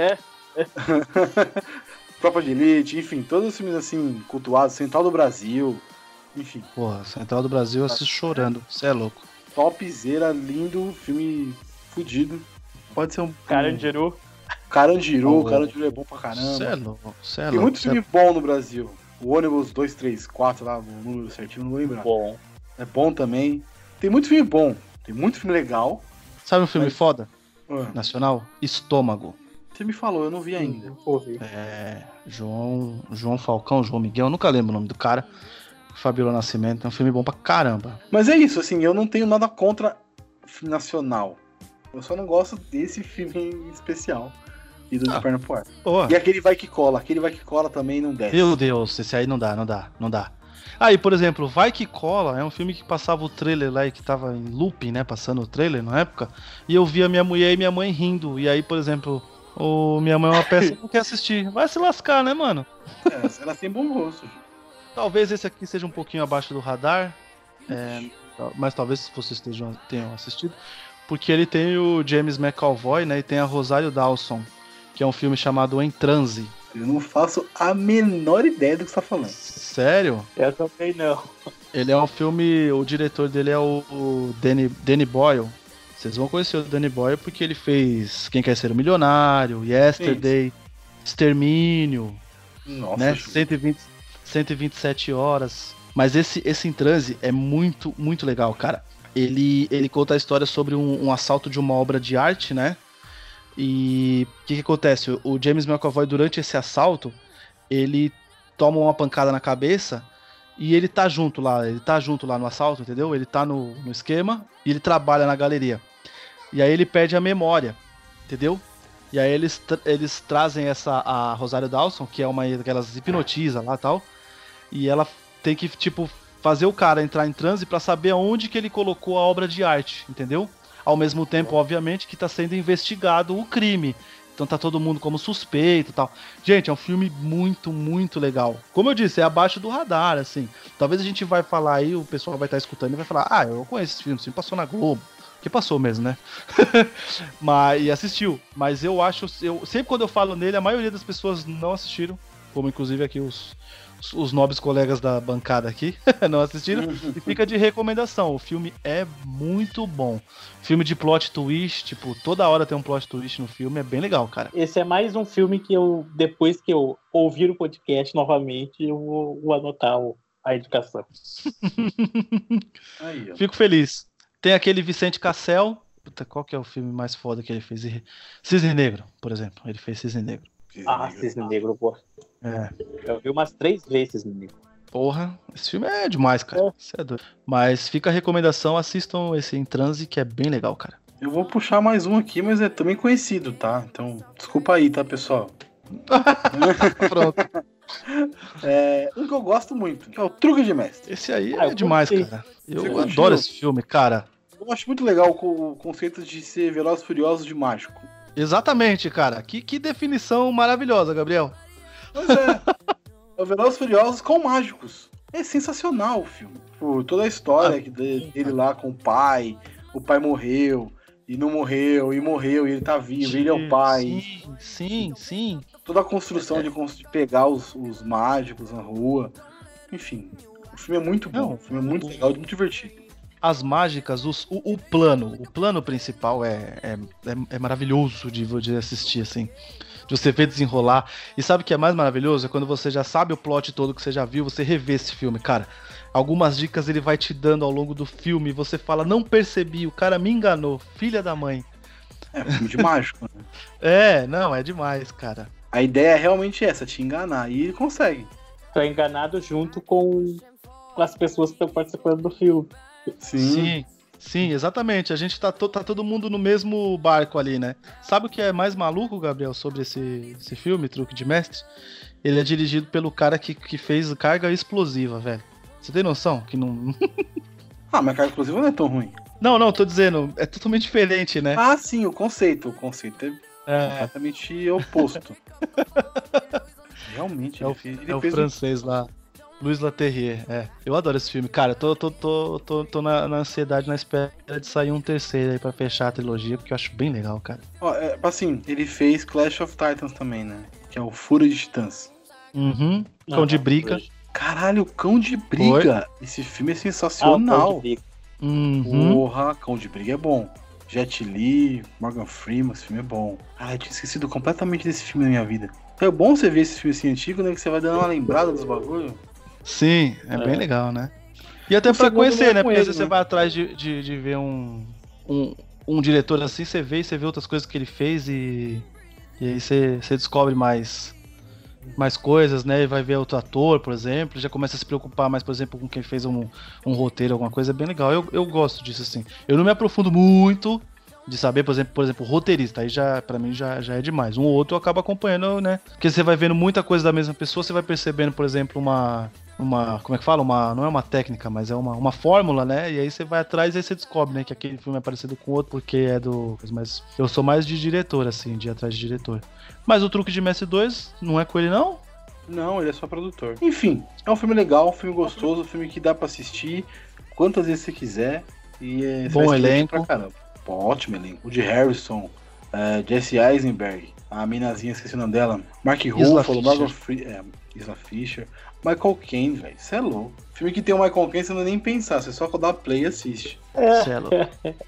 Tropa de Elite, enfim, todos os filmes assim, cultuados, Central do Brasil, enfim. Porra, Central do Brasil eu assisto chorando, você é louco. Topzera, lindo, filme fudido. Pode ser um... Carandiru. Carandiru é bom pra caramba. Você é louco, Tem muito filme bom no Brasil. O ônibus 234 lá, o número certinho, não vou lembrar. Bom. É bom também. Tem muito filme bom, tem muito filme legal. Sabe um filme foda? Nacional? Estômago. Você me falou, eu não vi ainda. João Falcão, João Miguel, eu nunca lembro o nome do cara. Fabíola Nascimento, é um filme bom pra caramba. Mas é isso, assim, eu não tenho nada contra filme nacional. Eu só não gosto desse filme em especial. E do De Perna pro Ar. E aquele Vai Que Cola também não desce. Meu Deus, esse aí não dá. Aí, por exemplo, Vai Que Cola é um filme que passava o trailer lá e que tava em looping, né, passando o trailer na época. E eu via minha mulher e minha mãe rindo. E aí, por exemplo... Minha Mãe é uma Peça, não quer assistir. Vai se lascar, né, mano? Ela tem bom gosto. Talvez esse aqui seja um pouquinho abaixo do radar. Mas talvez vocês tenham assistido. Porque ele tem o James McAvoy, né? E tem a Rosário Dawson, que é um filme chamado Em Transe. Eu não faço a menor ideia do que você tá falando. Sério? Eu também não. Ele é um filme... O diretor dele é o Danny Boyle. Vocês vão conhecer o Danny Boyle porque ele fez Quem Quer Ser um Milionário, Yesterday, Extermínio, né? 127 horas. Mas esse Em Transe é muito, muito legal, cara. Ele conta a história sobre um assalto de uma obra de arte, né? E o que acontece? O James McAvoy, durante esse assalto, ele toma uma pancada na cabeça e ele tá junto lá no assalto, entendeu? Ele tá no esquema e ele trabalha na galeria. E aí ele perde a memória, entendeu? E aí eles trazem a Rosário Dawson, que é uma daquelas hipnotiza lá e tal, e ela tem que, tipo, fazer o cara entrar em transe pra saber aonde que ele colocou a obra de arte, entendeu? Ao mesmo tempo, obviamente, que tá sendo investigado o crime. Então tá todo mundo como suspeito e tal. Gente, é um filme muito, muito legal. Como eu disse, é abaixo do radar, assim. Talvez a gente vai falar aí, o pessoal vai estar escutando e vai falar: eu conheço esse filme passou na Globo. Que passou mesmo, né? E assistiu. Mas eu acho... sempre quando eu falo nele, a maioria das pessoas não assistiram. Como inclusive aqui os nobres colegas da bancada aqui não assistiram. E fica de recomendação. O filme é muito bom. Filme de plot twist, tipo, toda hora tem um plot twist no filme. É bem legal, cara. Esse é mais um filme que depois que eu ouvir o podcast novamente, eu vou anotar a indicação. Aí, ó. Fico feliz. Tem aquele Vicente Cassel. Puta, qual que é o filme mais foda que ele fez? Cisne Negro, por exemplo. Ele fez Cisne Negro. Cisne Negro, eu gosto. É. Eu vi umas 3 vezes Cisne Negro. Porra, esse filme é demais, cara. Isso é doido. Mas fica a recomendação, assistam esse Em Transe, que é bem legal, cara. Eu vou puxar mais um aqui, mas é também conhecido, tá? Então, desculpa aí, tá, pessoal? Pronto. Um que eu gosto muito, que é o Truque de Mestre. Esse aí eu é demais, curti. cara. Você Eu curtiu? adoro esse filme, cara. Eu acho muito legal o conceito de ser Velozes e Furiosos de mágico. Exatamente, cara. Que definição maravilhosa, Gabriel. Pois é. É o Velozes e Furiosos com mágicos. É sensacional o filme. Por toda a história dele lá com o pai morreu, e não morreu, e morreu, e ele tá vivo, ele é o pai. Sim. Toda a construção de pegar os mágicos na rua. Enfim, o filme é muito bom. O filme é muito legal e muito divertido. As mágicas, o plano principal é maravilhoso de assistir, assim. De você ver desenrolar. E sabe o que é mais maravilhoso? É quando você já sabe o plot todo que você já viu, você revê esse filme, cara. Algumas dicas ele vai te dando ao longo do filme e você fala, não percebi, o cara me enganou, filha da mãe. É filme de mágico, né? É demais, cara. A ideia é realmente essa, te enganar. E ele consegue. Tô enganado junto com as pessoas que estão participando do filme. Sim, exatamente. A gente tá todo mundo no mesmo barco ali, né? Sabe o que é mais maluco, Gabriel, sobre esse filme, Truque de Mestre? Ele é dirigido pelo cara que fez Carga Explosiva, velho. Você tem noção? Que não. Mas Carga Explosiva não é tão ruim. Não, tô dizendo, é totalmente diferente, né? Ah, sim, o conceito. O conceito é completamente oposto. Realmente, ele fez francês lá. Luiz Leterrier, Eu adoro esse filme. Cara, eu tô na ansiedade, na espera de sair um terceiro aí pra fechar a trilogia, porque eu acho bem legal, cara. Assim, ele fez Clash of Titans também, né? Que é o Fúria de Titãs. Cão de Briga. Caralho, Cão de Briga. Esse filme é sensacional. Porra, Cão de Briga é bom. Jet Li, Morgan Freeman, esse filme é bom. Eu tinha esquecido completamente desse filme na minha vida. É bom você ver esse filme assim antigo, né? Que você vai dando uma lembrada dos bagulhos. Sim, é bem legal, né? E até pra conhecer, né? Porque às vezes você vai atrás de ver um diretor assim, você vê outras coisas que ele fez e aí você descobre mais coisas, né? E vai ver outro ator, por exemplo, já começa a se preocupar mais, por exemplo, com quem fez um roteiro, alguma coisa, é bem legal. Eu gosto disso, assim. Eu não me aprofundo muito de saber, por exemplo, o roteirista, aí pra mim já é demais. Um ou outro eu acabo acompanhando, né? Porque você vai vendo muita coisa da mesma pessoa, você vai percebendo, por exemplo, como é que fala? Não é uma técnica, mas é uma fórmula, né? E aí você vai atrás e aí você descobre, né? Que aquele filme é parecido com o outro porque é do... Mas eu sou mais de diretor, assim, de ir atrás de diretor. Mas o Truque de Mestre 2 não é com ele, não? Não, ele é só produtor. Enfim, é um filme legal, um filme gostoso, um filme que dá pra assistir quantas vezes você quiser. E bom elenco. Pra caramba. Ótimo elenco. O de Harrison, Jesse Eisenberg, a minazinha, esqueci o nome dela, Mark Ruffalo, Morgan Freeman, Isla Fisher, Michael Caine, velho. Isso é louco. Filme que tem o Michael Caine, você não nem pensar, você só dá play e assiste. Isso é louco.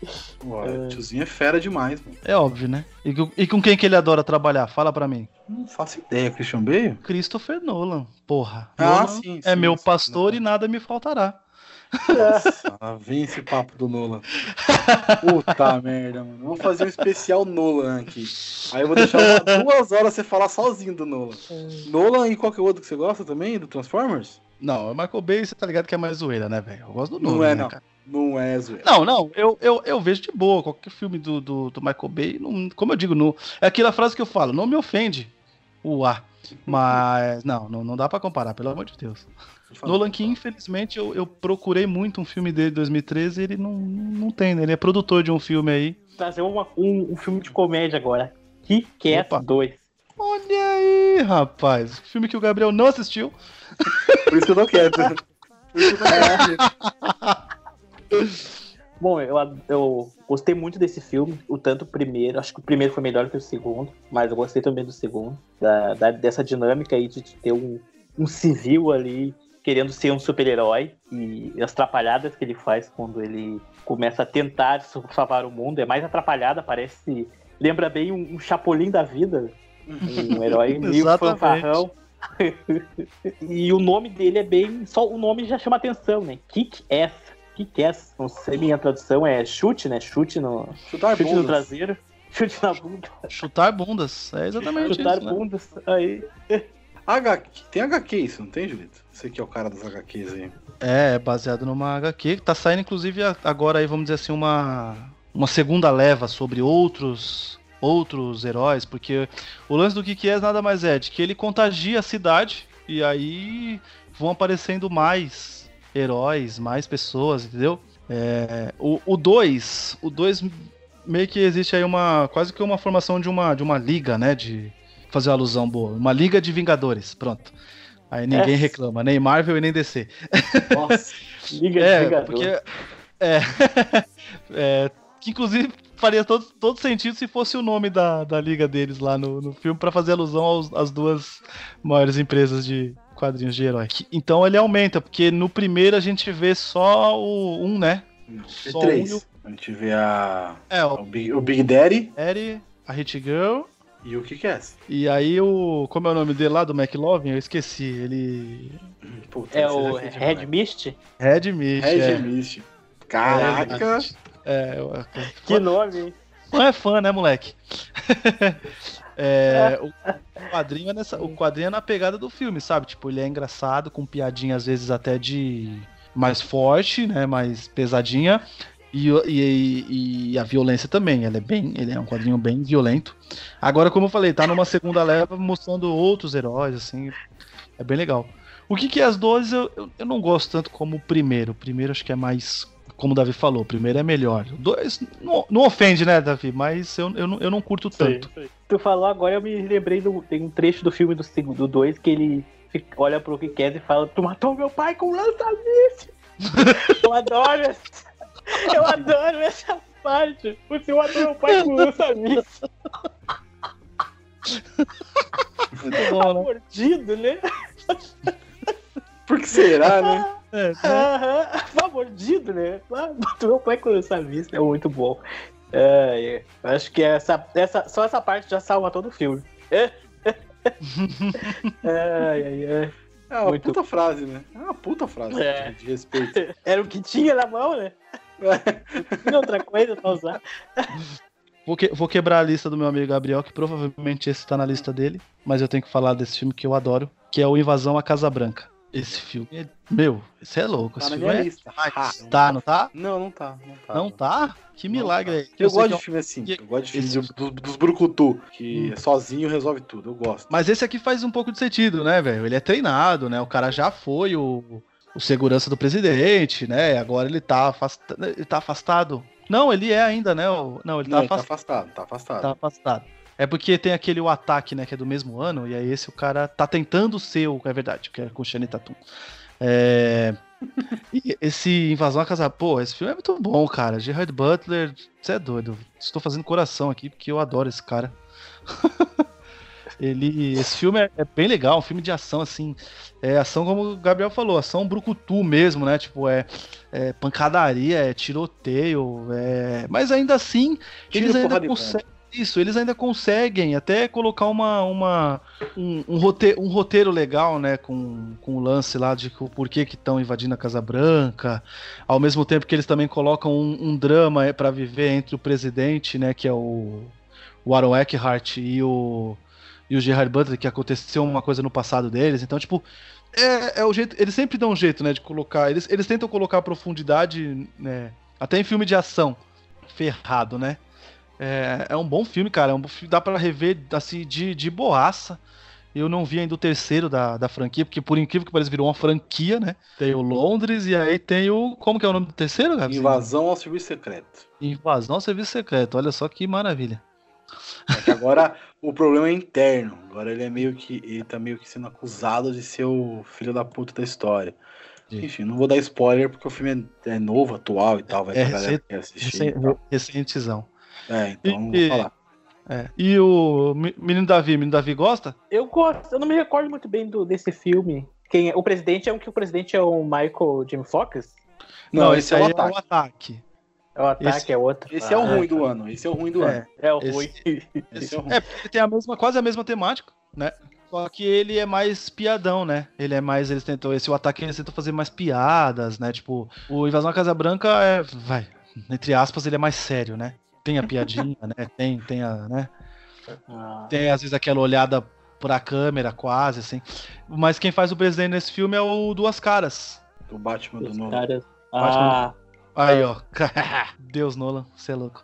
O tiozinho é fera demais, mano. É óbvio, né? E com quem que ele adora trabalhar? Fala pra mim. Não faço ideia, Christian Bale? Christopher Nolan, porra. Ah, Nolan sim. É meu pastor e nada me faltará. Nossa, vem esse papo do Nolan. Puta merda, mano. Vou fazer um especial Nolan aqui. Aí eu vou deixar 2 horas você falar sozinho do Nolan. Nolan e qualquer outro que você gosta também, do Transformers? Não, o Michael Bay, você tá ligado que é mais zoeira, né, velho? Eu gosto do Nolan, Não é, né, não. Cara? Não é zoeira. Não, eu vejo de boa. Qualquer filme do Michael Bay, como eu digo, é aquela frase que eu falo, não me ofende o A. Mas, não dá pra comparar, pelo amor de Deus. Nolan, que infelizmente eu procurei muito um filme dele de 2013 e ele não tem, né? Ele é produtor de um filme aí. Trazer um filme de comédia agora. Kick-Ass 2. Olha aí, rapaz. Filme que o Gabriel não assistiu. Por isso que eu não quero. Bom, eu gostei muito desse filme, o primeiro, acho que o primeiro foi melhor que o segundo, mas eu gostei também do segundo, dessa dinâmica aí de ter um civil ali querendo ser um super-herói e as atrapalhadas que ele faz quando ele começa a tentar salvar o mundo, é mais atrapalhada, lembra bem um Chapolin da vida, um herói meio fanfarrão. E o nome dele é bem... Só o nome já chama atenção, né? Kick-Ass. Kick-Ass. Não sei, minha tradução é chute, né? Chute no traseiro. Chute na bunda. Chutar bundas. É exatamente Chutar isso, né? bundas. Aí... Tem HQ isso, não tem, Julito? Você que é o cara das HQs aí. É baseado numa HQ. Tá saindo, inclusive, agora aí, vamos dizer assim, uma segunda leva sobre outros heróis, porque o lance do Kick-Ass nada mais é de que ele contagia a cidade e aí vão aparecendo mais heróis, mais pessoas, entendeu? O 2 meio que existe aí quase que uma formação de uma liga, né, de fazer uma alusão boa, uma liga de Vingadores, pronto. Aí ninguém reclama, nem Marvel e nem DC. Nossa, liga de Vingadores. Porque, que inclusive faria todo sentido se fosse o nome da liga deles lá no filme, pra fazer alusão às duas maiores empresas de quadrinhos de herói. Então ele aumenta, porque no primeiro a gente vê só o né? Só três. A gente vê o Big Daddy, a Hit Girl e o Kick-Ass. E aí como é o nome dele lá, do McLovin? Eu esqueci, ele... Puta, é o Red Mist? Red Mist. Caraca! Que nome, hein? Não é fã, né, moleque? O quadrinho é na pegada do filme, sabe? Tipo, ele é engraçado, com piadinha às vezes até de mais forte, né? Mais pesadinha. E a violência também. Ele é um quadrinho bem violento. Agora, como eu falei, tá numa segunda leva mostrando outros heróis, assim. É bem legal. O que é as 12 eu não gosto tanto como o primeiro. O primeiro acho que é mais... Como o Davi falou, o primeiro é melhor. O 2 não ofende, né, Davi? Mas eu não curto tanto. Sei. Tu falou agora, eu me lembrei tem um trecho do filme do 2 que ele olha pro Kick-Ass e fala: tu matou meu pai com lança-míssil. Eu adoro essa parte. Você matou meu pai com lança-míssil. Muito bom, né? Mordido, né? Por que será, né? Mordido, né? Matou meu pai com lança-míssil. É muito bom. Acho que só essa parte já salva todo o filme. É uma puta frase, né? É uma puta frase de respeito. Era o que tinha na mão, né? Não tinha outra coisa pra usar. Vou quebrar a lista do meu amigo Gabriel, que provavelmente esse tá na lista dele, mas eu tenho que falar desse filme que eu adoro, que é o Invasão à Casa Branca. Esse filme é... Meu, esse é louco. Tá esse na filme minha lista. Tá, não tá? Não tá. Não tá? Que milagre aí. Eu gosto de filme assim. Eu gosto de filme dos brucutu, que sozinho resolve tudo. Eu gosto. Mas esse aqui faz um pouco de sentido, né, velho? Ele é treinado, né? O cara já foi o segurança do presidente, né? Agora ele tá afastado. Não, ele é ainda, né? Ele tá afastado. Tá afastado. É porque tem aquele ataque, né, que é do mesmo ano, e aí esse o cara tá tentando ser é verdade, que é com o Channing Tatum. E esse Invasão à Casa... Pô, esse filme é muito bom, cara. Gerard Butler, você é doido. Estou fazendo coração aqui, porque eu adoro esse cara. Esse filme é bem legal, um filme de ação, assim. É ação, como o Gabriel falou, ação brucutu mesmo, né? Tipo, é pancadaria, é tiroteio, mas ainda assim, eles ainda conseguem até colocar um roteiro legal, né, com o lance lá de por que estão invadindo a Casa Branca, ao mesmo tempo que eles também colocam um drama para viver entre o presidente, né, que é o Aaron Eckhart e o Gerard Butler, que aconteceu uma coisa no passado deles. Então, tipo, o jeito, eles sempre dão um jeito, né, de colocar, eles tentam colocar profundidade, né, até em filme de ação ferrado, né. É um bom filme, cara. É um bom filme, dá pra rever assim, de boaça. Eu não vi ainda o terceiro da franquia, porque por incrível que pareça virou uma franquia, né? Tem o Londres e aí tem o... Como que é o nome do terceiro, Gabi? Invasão ao Serviço Secreto. Invasão ao Serviço Secreto. Olha só que maravilha. É que agora o problema é interno. Agora ele tá meio que sendo acusado de ser o filho da puta da história. Sim. Enfim, não vou dar spoiler porque o filme é novo, atual e tal. Vai pra galera que quer assistir. Recentezão. Então vou falar. E o Menino Davi gosta? Eu gosto, eu não me recordo muito bem desse filme. O presidente é o Michael J. Fox? Não, esse aí é o Ataque. É o Ataque, é outro. Esse é o ruim do ano. É o ruim. Esse é ruim. Porque ele tem quase a mesma temática, né? Só que ele é mais piadão, né? O Ataque eles tentam fazer mais piadas, né? Tipo, o Invasão à Casa Branca entre aspas, ele é mais sério, né? Tem a piadinha, né? Tem a, né? Tem às vezes aquela olhada pra câmera, quase, assim. Mas quem faz o presidente nesse filme é o Duas Caras. O Batman do Os novo. caras. Aí, ó. Deus, Nolan, você é louco.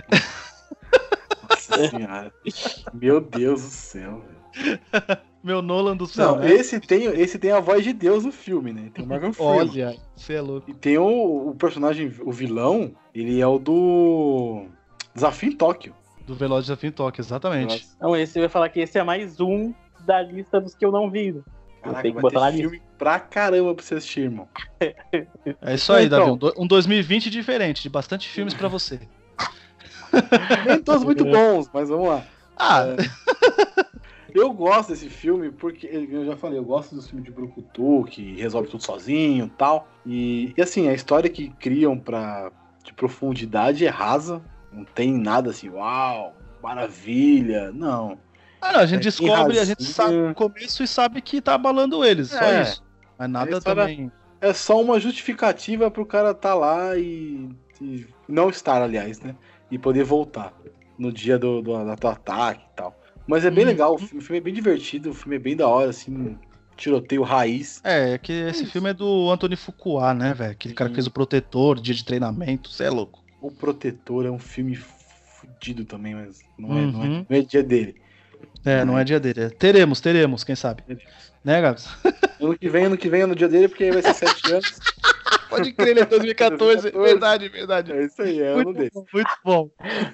Nossa senhora. Meu Deus do céu, velho. Meu Nolan do céu, Não, né? esse tem a voz de Deus no filme, né? Tem o Morgan Freeman. Olha, você é louco. E tem o personagem, o vilão, ele é o do Desafio em Tóquio. Do Velozes e Desafio em Tóquio, exatamente. Não, esse eu ia falar que esse é mais um da lista dos que eu não vi. Caraca, Tem que vai botar na ter lista. filme pra caramba pra você assistir, irmão. É isso aí, Então. Davi. Um 2020 diferente, de bastante filmes pra você. Nem todos muito bons, mas vamos lá. Ah, Eu gosto desse filme porque, eu já falei, eu gosto dos filmes de brucutu, que resolve tudo sozinho e tal. E assim, a história que criam de profundidade é rasa. Não tem nada assim, uau, maravilha, não. a gente É, descobre, a gente rasinha. sabe o começo e sabe que tá abalando eles, só É. isso. Mas nada A história- também. É só uma justificativa pro cara estar lá e não estar, aliás, né? E poder voltar no dia do ataque e tal. Mas é bem legal, o filme é bem divertido, o filme é bem da hora, assim, tiroteio raiz. É que esse filme é do Anthony Fuqua, né, velho? Aquele cara que fez o Protetor, Dia de Treinamento, você é louco. O Protetor é um filme fudido também, mas não Uhum. é dia dele. Não é dia dele. Teremos, quem sabe. Né, Gabs? Ano que vem é no dia dele, porque aí vai ser 7 anos. Pode crer, ele é 2014. 2014. Verdade. É isso aí, é ano dele. Muito bom.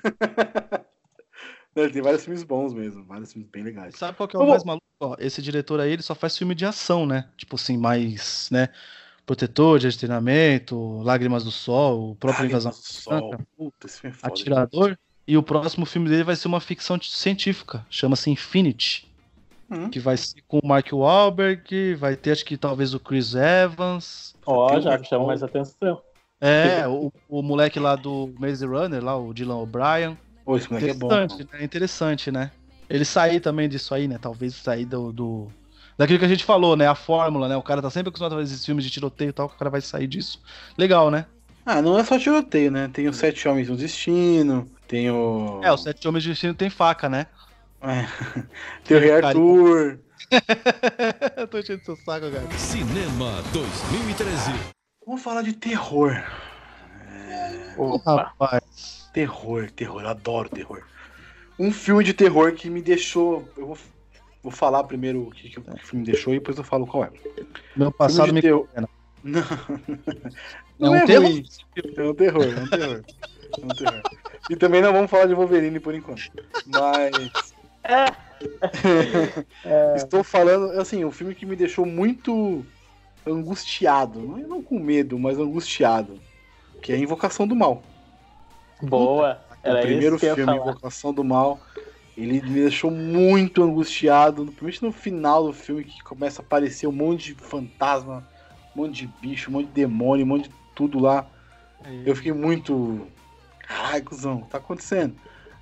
Ele tem vários filmes bons mesmo, vários filmes bem legais. Sabe qual que é o mais maluco? Ó, esse diretor aí, ele só faz filme de ação, né? Tipo assim, mais, né? Protetor, Dia de Treinamento, Lágrimas do Sol, o próprio Invasão Lágrimas do Sol. Branca, Puta, esse filme é foda. Atirador. E o próximo filme dele vai ser uma ficção científica, chama-se Infinity. Que vai ser com o Mark Wahlberg, vai ter acho que talvez o Chris Evans. Ó, já chama mais atenção. O moleque lá do Maze Runner, lá, o Dylan O'Brien. Pô, esse moleque é bom. Interessante, né? Ele sair também disso aí, né? Talvez sair daquilo que a gente falou, né? A fórmula, né? O cara tá sempre acostumado a fazer esses filmes de tiroteio e tal, que o cara vai sair disso. Legal, né? Ah, não é só tiroteio, né? Tem os 7 Homens no Destino, tem o... Os 7 Homens de Destino tem faca, né? Tem o Rei Arthur. Eu tô enchendo seu saco, cara. Cinema 2013. Vamos falar de terror. Rapaz. Terror, eu adoro terror. Um filme de terror que me deixou... Eu vou falar primeiro o que o filme me deixou e depois eu falo qual é. Meu passado me condena. Não é um é terror? ruim. É um terror. E também não vamos falar de Wolverine por enquanto. Mas... Estou falando, assim, um filme que me deixou muito angustiado. Não com medo, mas angustiado. Que é Invocação do Mal. Boa. O primeiro esse que eu ia filme, falar. Invocação do Mal, ele me deixou muito angustiado, principalmente no final do filme, que começa a aparecer um monte de fantasma, um monte de bicho, um monte de demônio, um monte de tudo lá. Eu fiquei muito... Caralho, cuzão, o que tá acontecendo?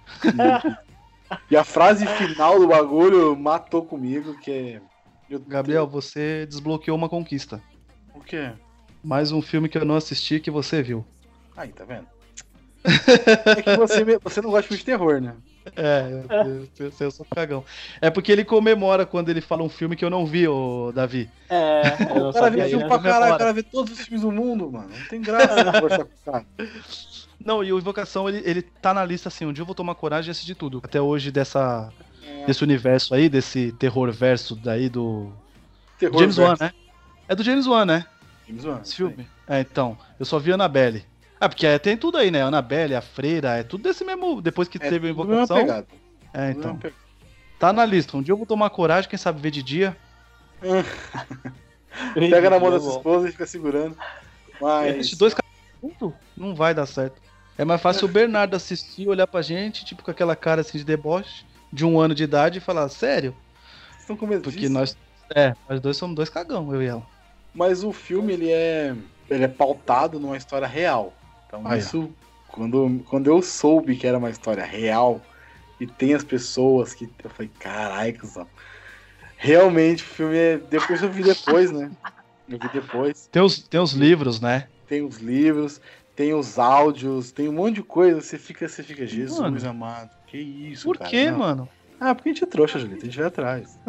E a frase final do bagulho matou comigo, que é... Gabriel, você desbloqueou uma conquista. O quê? Mais um filme que eu não assisti que você viu. Aí, tá vendo? É que você não gosta de filme de terror, né? Eu sou cagão. É porque ele comemora quando ele fala um filme que eu não vi, ô Davi. Eu não O cara vê sabia, filme né? pra caralho, o cara vê todos os filmes do mundo, mano. Não tem graça conversar com o cara. Não, e o Invocação, ele tá na lista assim, um dia eu vou tomar coragem e assistir tudo. Até hoje desse universo aí, desse terror verso daí do... Terror James verso. Wan, né? É do James Wan, né? James Wan, Esse filme. Então, eu só vi Annabelle. Porque tem tudo aí, né? Annabelle, a Freira, é tudo desse mesmo... Depois que teve a tudo mesma Invocação... pegada. Então. Tá na lista. Um dia eu vou tomar coragem, quem sabe ver de dia. Pega na mão da sua esposa e fica segurando. Mas... Esses dois caras juntos não vai dar certo. É mais fácil o Bernardo assistir, olhar pra gente, tipo com aquela cara assim de deboche, de 1 ano de idade e falar, sério? Vocês estão com medo Porque disso? nós dois somos 2 cagão, eu e ela. Mas o filme, ele é pautado numa história real. Então isso, quando eu soube que era uma história real, e tem as pessoas que... Eu falei, caralho, cuzão. Realmente, o filme é. Depois eu vi depois, né? Eu vi depois. Tem os livros, né? Tem os livros, tem os áudios, tem um monte de coisa. Você fica Jesus Mano. amado. Que isso, Por cara. quê, Não. mano? Ah, porque a gente é trouxa, Julito. A gente vai atrás.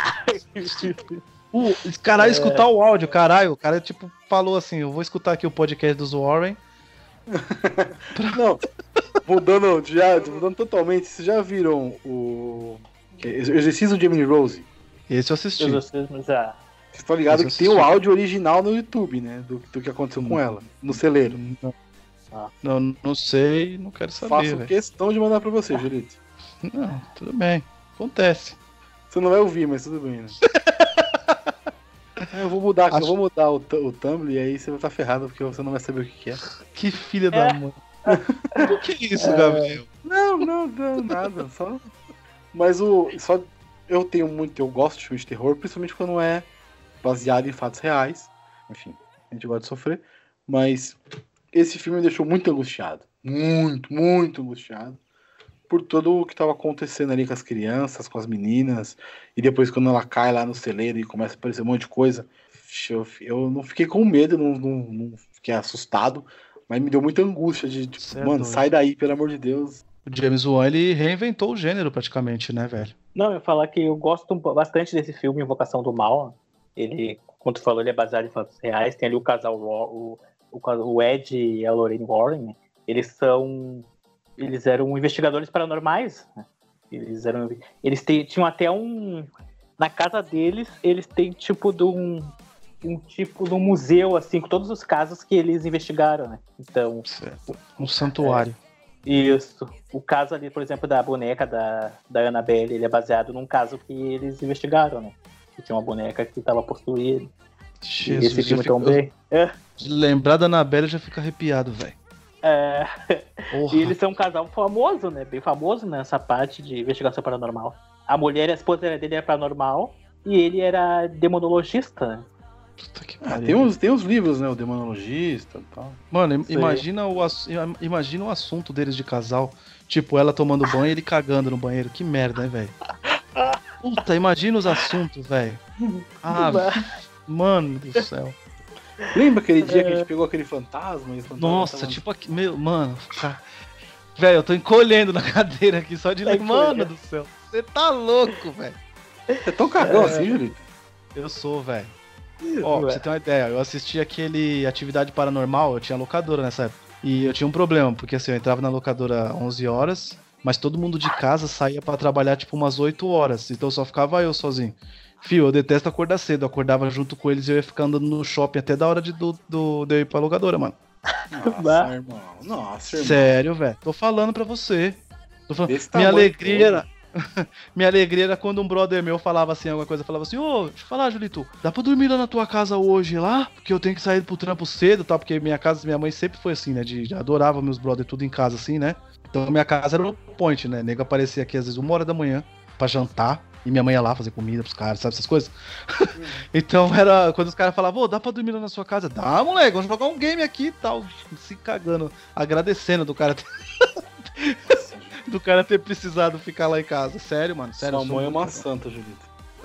Caralho, escutar o áudio, caralho. O cara, tipo, falou assim: eu vou escutar aqui o podcast dos Warren. Não, mudando totalmente, vocês já viram o Exercício de Emily Rose? Esse eu assisti. Mas já. Vocês estão ligados Esse que eu tem o assisti. áudio original no YouTube, né? Do que aconteceu com ela, no celeiro. Não sei, não quero saber, Faço velho. questão de mandar pra você, Julito. Não, tudo bem. Acontece. Você não vai ouvir, mas tudo bem, né? Eu vou mudar o Tumblr e aí você vai estar ferrado porque você não vai saber o que é. Que filha da mãe. Por que isso, Gabriel? Não, nada. Só. Mas eu gosto de filme de terror, principalmente quando é baseado em fatos reais. Enfim, a gente gosta de sofrer. Mas esse filme me deixou muito angustiado. Muito angustiado. Por tudo o que estava acontecendo ali com as crianças, com as meninas. E depois quando ela cai lá no celeiro e começa a aparecer um monte de coisa. Eu não fiquei com medo, não fiquei assustado. Mas me deu muita angústia de mano, doido. sai daí, pelo amor de Deus. O James Wan, ele reinventou o gênero praticamente, né, velho? Não, eu ia falar que eu gosto bastante desse filme, Invocação do Mal. Ele, como tu falou, ele é baseado em fatos reais. Tem ali o casal, o Ed e a Lorraine Warren, né? Eles eram investigadores paranormais, né? Tinham até na casa deles, eles têm tipo de um tipo de um museu, assim, com todos os casos que eles investigaram, né? Então, Certo. Um santuário. isso. O caso ali, por exemplo, da boneca da Annabelle, ele é baseado num caso que eles investigaram, né? Que tinha uma boneca que estava possuída. E esse filme também. De lembrar da Annabelle eu já fico arrepiado, velho. E eles são um casal famoso, né? Bem famoso nessa parte de investigação paranormal. A esposa dele era paranormal e ele era demonologista, né? Puta que Ah, pariu. tem os livros, né? O Demonologista e tal. Mano, Sei. imagina o assunto deles de casal. Tipo, ela tomando banho e ele cagando no banheiro. Que merda, né, velho? Puta, imagina os assuntos, velho. Ah, mano do céu. Lembra aquele dia que a gente pegou aquele fantasma? E o fantasma Nossa, tava- tipo aqui, mano, cara. Velho, eu tô encolhendo na cadeira aqui só de Tá lembrar. Mano encolhendo. do céu. Você tá louco, velho. Você é tão cagão assim, Julito? Eu sou, velho. Ó, pra você ter uma ideia, eu assisti aquele Atividade Paranormal, eu tinha locadora nessa época. E eu tinha um problema, porque assim, eu entrava na locadora 11 horas, mas todo mundo de casa saía pra trabalhar tipo umas 8 horas, então só ficava eu sozinho. Fio, eu detesto acordar cedo, eu acordava junto com eles e eu ia ficar andando no shopping até da hora de eu ir pra locadora, mano. Nossa, irmão. Nossa, irmão. Sério, velho. Tô falando pra você. Tô falando. Desse Minha tamanho alegria todo. era. Minha alegria era quando um brother meu falava assim, alguma coisa, falava assim, ô, deixa eu falar, Julito, dá pra dormir lá na tua casa hoje lá? Porque eu tenho que sair pro trampo cedo, tá? Porque minha mãe sempre foi assim, né? Adorava meus brothers tudo em casa assim, né? Então minha casa era o point, né? Nego aparecia aqui às vezes 1 hora da manhã pra jantar. E minha mãe ia lá fazer comida pros caras, sabe essas coisas? Então era quando os caras falavam, ô, dá pra dormir lá na sua casa? Dá, moleque, vamos jogar um game aqui e tal. Se cagando, agradecendo do cara ter precisado ficar lá em casa. Sério, mano, sério. Sua eu sou mãe é uma muito- santa, Julito.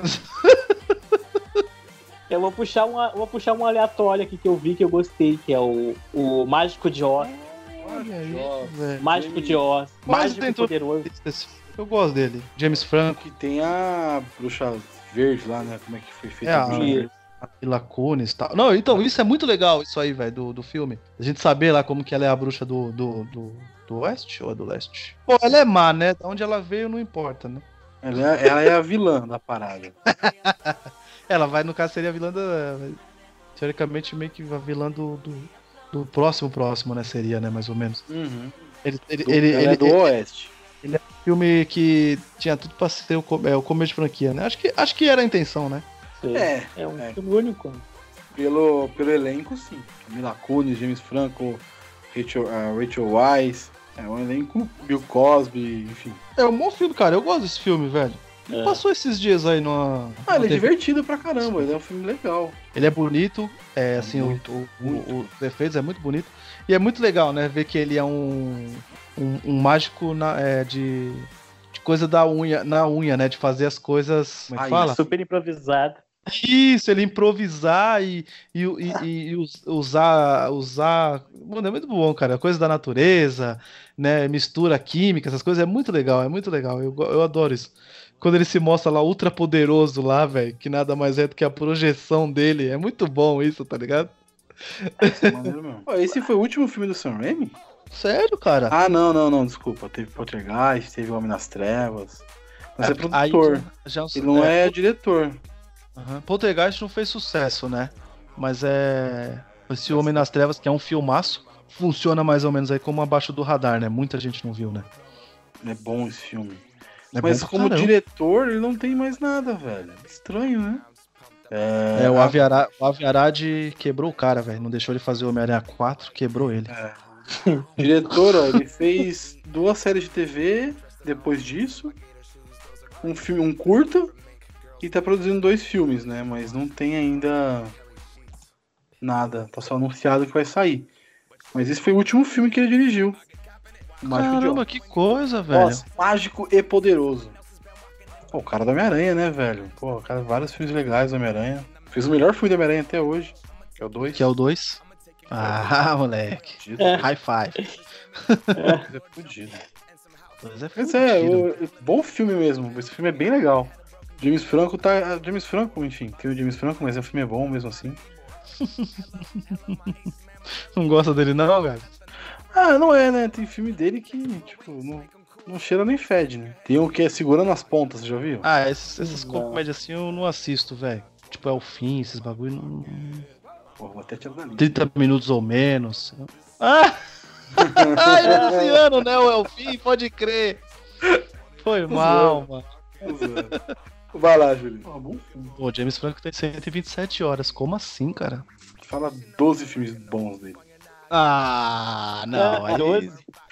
Eu vou puxar um aleatório aqui que eu vi que eu gostei, que é o Mágico de Oz. Olha aí, Nossa, velho. Mágico de Oz. Mas Mágico tem e todo- poderoso. Eu gosto dele. James Franco, Que tem a bruxa verde lá, né? Como é que foi feita É, a a- bruxa E- verde? Mila Kunis e tal. Não, então, isso é muito legal, isso aí, velho, do filme. A gente saber lá como que ela é a bruxa do oeste ou é do leste? Pô, ela é má, né? Da onde ela veio não importa, né? Ela é a vilã da parada. Ela vai, no caso, seria a vilã teoricamente, meio que a vilã do próximo, né? Seria, né? Mais ou menos. Uhum. Ele É do oeste. filme que tinha tudo pra ser o começo de franquia, né? Acho que era a intenção, né? É um filme único. Pelo elenco, sim. Mila Kunis, James Franco, Rachel Weisz. É um elenco, Bill Cosby, enfim. É um bom filme, cara. Eu gosto desse filme, velho. Ele passou esses dias aí numa. Ele é TV. divertido pra caramba, ele é um filme legal. Ele é bonito, assim, Muito, os efeitos é muito bonito. E é muito legal, né? Ver que ele é um mágico de coisa da unha, na unha, né? De fazer as coisas. Como é que fala? Super improvisado. Isso, ele improvisar usar. Mano, é muito bom, cara. Coisa da natureza, né? Mistura química, essas coisas é muito legal, é muito legal. Eu adoro isso. Quando ele se mostra lá ultra poderoso lá, velho, que nada mais é do que a projeção dele. É muito bom isso, tá ligado? Isso é maneiro mesmo. Pô, esse foi o último filme do Sam Raimi? Sério, cara? Ah, não, desculpa. Teve Poltergeist, teve O Homem nas Trevas. Mas é produtor. Ele não é diretor. Uhum. Poltergeist não fez sucesso, né? Mas esse Homem nas Trevas, que é um filmaço, funciona mais ou menos aí como Abaixo do Radar, né? Muita gente não viu, né? É bom esse filme. É Mas bom como diretor, ele não tem mais nada, velho. Estranho, né? O Avi Arad quebrou o cara, velho. Não deixou ele fazer o Homem-Aranha 4, quebrou ele. Diretor, ó, ele fez 2 séries de TV depois disso. Um filme, um curta. E tá produzindo 2 filmes, né? Mas não tem ainda nada. Tá só anunciado que vai sair. Mas esse foi o último filme que ele dirigiu. Caramba, que coisa, velho. Nossa, Mágico e Poderoso. Pô, o cara do Homem-Aranha, né, velho? Pô, o cara, vários filmes legais do Homem-Aranha. Fez o melhor filme do Homem-Aranha até hoje, que é o 2. Que é o 2? Ah, moleque. High five. É fudido. Mas Bom filme mesmo. Esse filme é bem legal. James Franco, enfim, tem o James Franco, mas o filme é bom mesmo assim. Não gosta dele não, cara? Ah, não é, né? Tem filme dele que, tipo, não cheira nem fede, né? Tem o que é Segurando as Pontas, você já viu? Ah, essas comédias assim eu não assisto, velho. Tipo, é o fim, esses bagulho não... Porra, vou até tirar da lista. 30 minutos ou menos. Ah! Esse ano, né? O Elfim, pode crer. Foi mal, mano. Vai lá, Júlio. Bom filme. Pô, James Franco tem 127 horas. Como assim, cara? Fala 12 filmes bons dele. Ah, não. Aí... 12.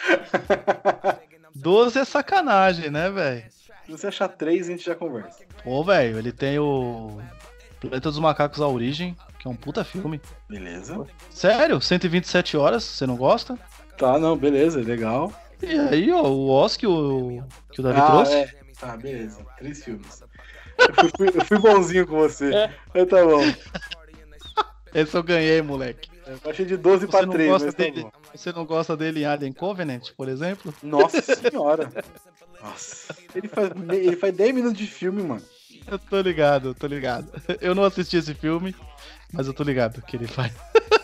12 é sacanagem, né, velho? Se você achar 3, a gente já conversa. Pô, velho, ele tem o Planeta dos Macacos A Origem, que é um puta filme. Beleza. Sério? 127 horas? Você não gosta? Tá, não, beleza, legal. E aí, ó, o Oscar que o Davi trouxe? Tá, beleza. 3 filmes. Eu fui bonzinho com você. Mas tá bom. Esse eu ganhei, moleque. Eu achei de 12 pra 3, mas tá bom. Você não gosta dele em Alien Covenant, por exemplo? Nossa senhora. Nossa. Ele faz 10 minutos de filme, mano. Eu tô ligado. Eu não assisti esse filme, mas eu tô ligado que ele faz.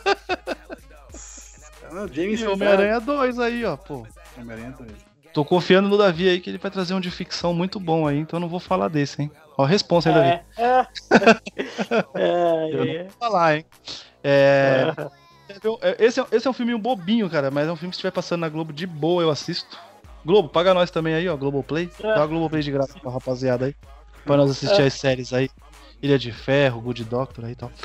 James e Homem-Aranha 2 aí, ó, pô. Homem-Aranha 2. Tô confiando no Davi aí que ele vai trazer um de ficção muito bom aí, então eu não vou falar desse, hein. Ó, responsa aí, Davi. Eu não vou falar, hein. Esse é um filminho bobinho, cara, mas é um filme que se estiver passando na Globo de boa, eu assisto. Globo, paga nós também aí, ó, Globoplay. Dá uma Globoplay de graça pra rapaziada aí. Pra nós assistir as séries aí. Ilha de Ferro, Good Doctor aí e tal.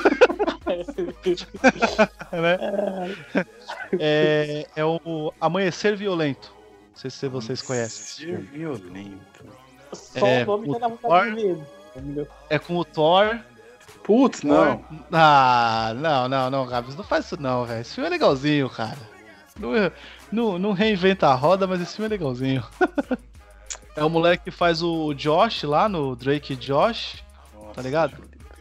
Né? É o Amanhecer Violento. Não sei se vocês conhecem. Amanhecer Violento. Só o nome que dá vontade de ver. É com o Thor. Putz, não. Ah, não, Gabs, não faz isso não, velho. Esse filme é legalzinho, cara. Não reinventa a roda, mas esse filme é legalzinho. É o moleque que faz o Josh lá no Drake e Josh. Nossa, tá ligado?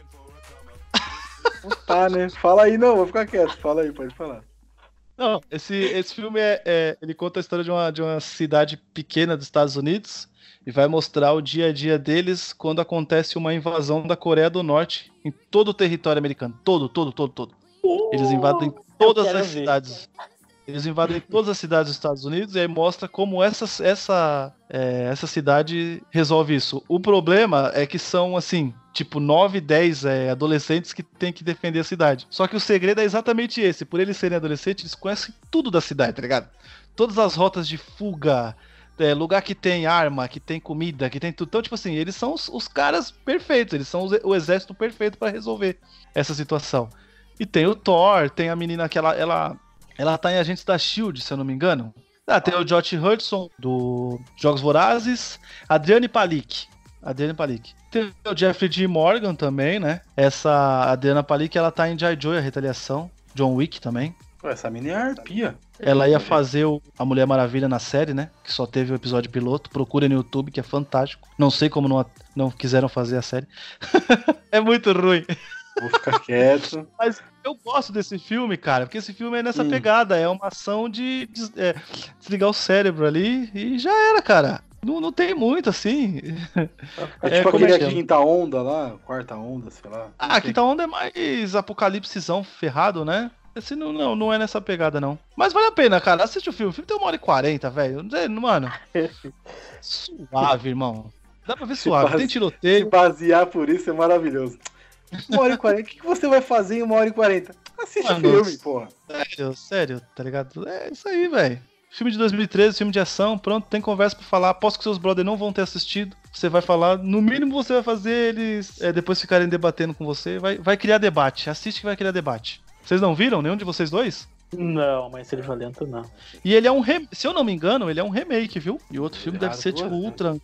Tá, né? Fala aí, não, vou ficar quieto. Fala aí, pode falar. Não, esse filme ele conta a história de uma cidade pequena dos Estados Unidos e vai mostrar o dia a dia deles quando acontece uma invasão da Coreia do Norte em todo o território americano. Todo. Eles invadem todas as cidades. Eles invadem todas as cidades dos Estados Unidos e aí mostra como essa cidade resolve isso. O problema é que são, assim, tipo 9, 10 adolescentes que tem que defender a cidade. Só que o segredo é exatamente esse. Por eles serem adolescentes, eles conhecem tudo da cidade, tá ligado? Todas as rotas de fuga, lugar que tem arma, que tem comida, que tem tudo. Então, tipo assim, eles são os caras perfeitos. Eles são o exército perfeito pra resolver essa situação. E tem o Thor, tem a menina que ela tá em Agentes da S.H.I.E.L.D., se eu não me engano. Tem o Josh Hudson, do Jogos Vorazes. Adriane Palik. Tem o Jeffrey D. Morgan também, né? Essa Adriana Palik, ela tá em G.I. Joe, a Retaliação. John Wick também. Pô, essa mina é arpia. Ela ia fazer a Mulher Maravilha na série, né? Que só teve o episódio piloto. Procura no YouTube, que é fantástico. Não sei como não quiseram fazer a série. É muito ruim. Vou ficar quieto. Mas eu gosto desse filme, cara, porque esse filme é nessa pegada. É uma ação de desligar o cérebro ali e já era, cara. Não tem muito, assim. É tipo como aquele é que é? quinta onda lá, quarta onda, sei lá. Ah, a quinta onda é mais apocalipsezão ferrado, né? Esse não é nessa pegada, não. Mas vale a pena, cara. Assiste o filme. O filme tem 1h40, velho. Mano, suave, irmão. Dá pra ver suave. Tem Se tiroteio. basear por isso é maravilhoso. 1h40, o que você vai fazer em 1h40? Assiste o filme, porra. Sério, tá ligado? É isso aí, velho. Filme de 2013, filme de ação, pronto, tem conversa pra falar. Aposto que seus brothers não vão ter assistido. Você vai falar, no mínimo você vai fazer eles depois ficarem debatendo com você. Vai criar debate. Assiste que vai criar debate. Vocês não viram? Nenhum de vocês dois? Não, mas Ser Violento não. E ele é se eu não me engano, ele é um remake, viu? E o outro filme deve ser tipo Ultra.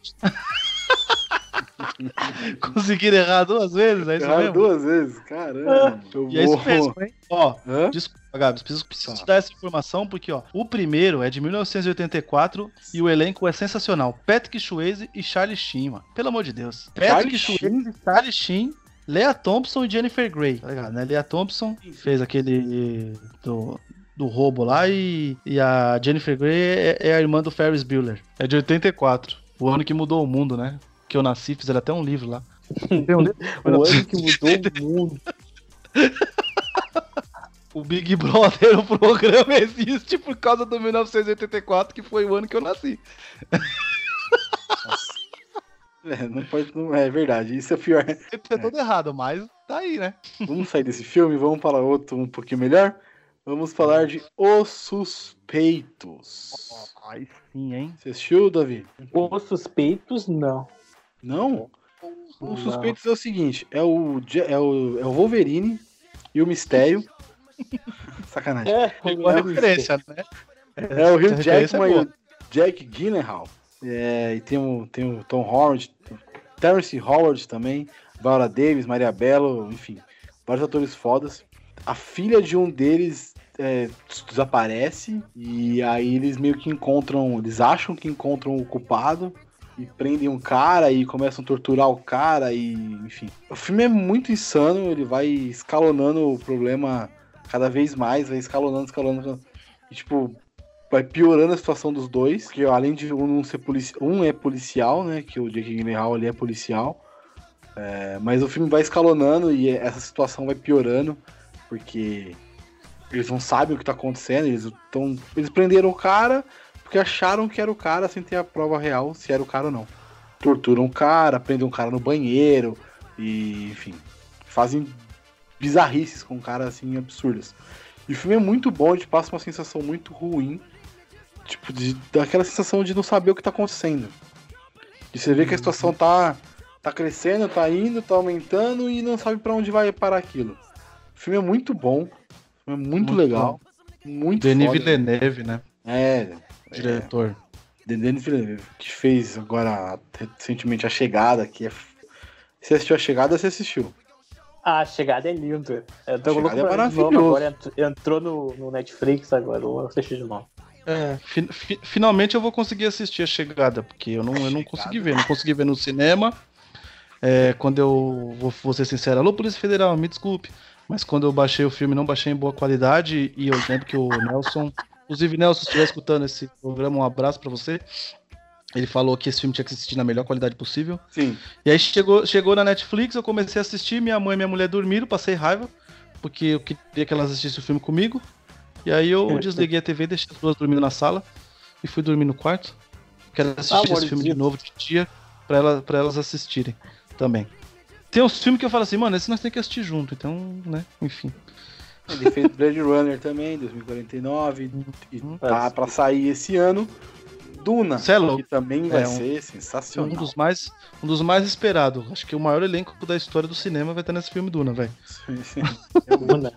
Conseguiram errar 2 vezes, é isso Erraram mesmo? 2 vezes, caramba. E é isso mesmo, hein? Ó, Hã? desculpa, Gabs, preciso te dar essa informação porque, ó, o primeiro é de 1984 e o elenco é sensacional. Patrick Swayze e Charlie Sheen, mano. Pelo amor de Deus. Patrick Swayze, Charlie Sheen, Lea Thompson e Jennifer Grey, tá ligado, né? Lea Thompson fez aquele do roubo lá e a Jennifer Grey é a irmã do Ferris Bueller. É de 84, o ano que mudou o mundo, né? Que eu nasci, fizeram até um livro lá. Tem um livro? O ano que mudou o mundo. O Big Brother, o programa existe por causa do 1984, que foi o ano que eu nasci. Não é verdade, isso é pior. É todo errado, mas tá aí, né? Vamos sair desse filme, vamos falar outro um pouquinho melhor. Vamos falar de Os Suspeitos. Aí sim, hein? Você assistiu, Davi? Os Suspeitos, não. Não? Os Suspeitos é o seguinte, é o Wolverine e o Mistério. Sacanagem. Pegou a referência, né? É o Hugh Essa referência Jackman é e boa. o Jack Gyllenhaal. E tem o Tom Holland, Terrence Howard também, Viola Davis, Maria Bello, enfim, vários atores fodas. A filha de um deles desaparece e aí eles meio que eles acham que encontram o culpado e prendem um cara e começam a torturar o cara e enfim. O filme é muito insano, ele vai escalonando o problema cada vez mais, vai escalonando. E tipo, vai piorando a situação dos dois, porque além de um ser um é policial, né, que o Jake Gyllenhaal ali é policial, mas o filme vai escalonando e essa situação vai piorando, porque eles não sabem o que tá acontecendo, eles prenderam o cara porque acharam que era o cara sem ter a prova real se era o cara ou não. Torturam o cara, prendem um cara no banheiro e, enfim, fazem bizarrices com um cara assim absurdas. E o filme é muito bom, ele passa uma sensação muito ruim, tipo, daquela sensação de não saber o que tá acontecendo. De você ver que a situação tá crescendo, tá indo, tá aumentando e não sabe pra onde vai parar aquilo. O filme é muito bom, o filme é muito legal, muito Denis foda. Villeneuve, né? Diretor. Denis Villeneuve, que fez agora recentemente A Chegada, que é... Você assistiu A Chegada, você assistiu? A Chegada é linda. Eu tô Chegada é louco pra ver de novo maravilhoso. agora. Entrou no Netflix agora, eu vou assistir de novo. Finalmente eu vou conseguir assistir A Chegada, porque eu não consegui ver. Não consegui ver no cinema. Quando eu vou ser sincero, alô, Polícia Federal, me desculpe. Mas quando eu baixei o filme, não baixei em boa qualidade. E eu lembro que o Nelson... Inclusive, Nelson, se estiver escutando esse programa, um abraço pra você. Ele falou que esse filme tinha que assistir na melhor qualidade possível. Sim. E aí chegou na Netflix, eu comecei a assistir, minha mãe e minha mulher dormiram, passei raiva, porque eu queria que elas assistissem o filme comigo. E aí eu desliguei a TV, deixei as 2 dormindo na sala e fui dormir no quarto. Quero assistir esse filme de novo de dia pra elas assistirem também. Tem uns filmes que eu falo assim, mano, esse nós temos que assistir junto, então, né, enfim. Ele fez Blade Runner também, 2049, e tá pra sair esse ano. Duna, que também vai ser sensacional. Um dos mais esperados. Acho que o maior elenco da história do cinema vai estar nesse filme Duna, velho. É Duna.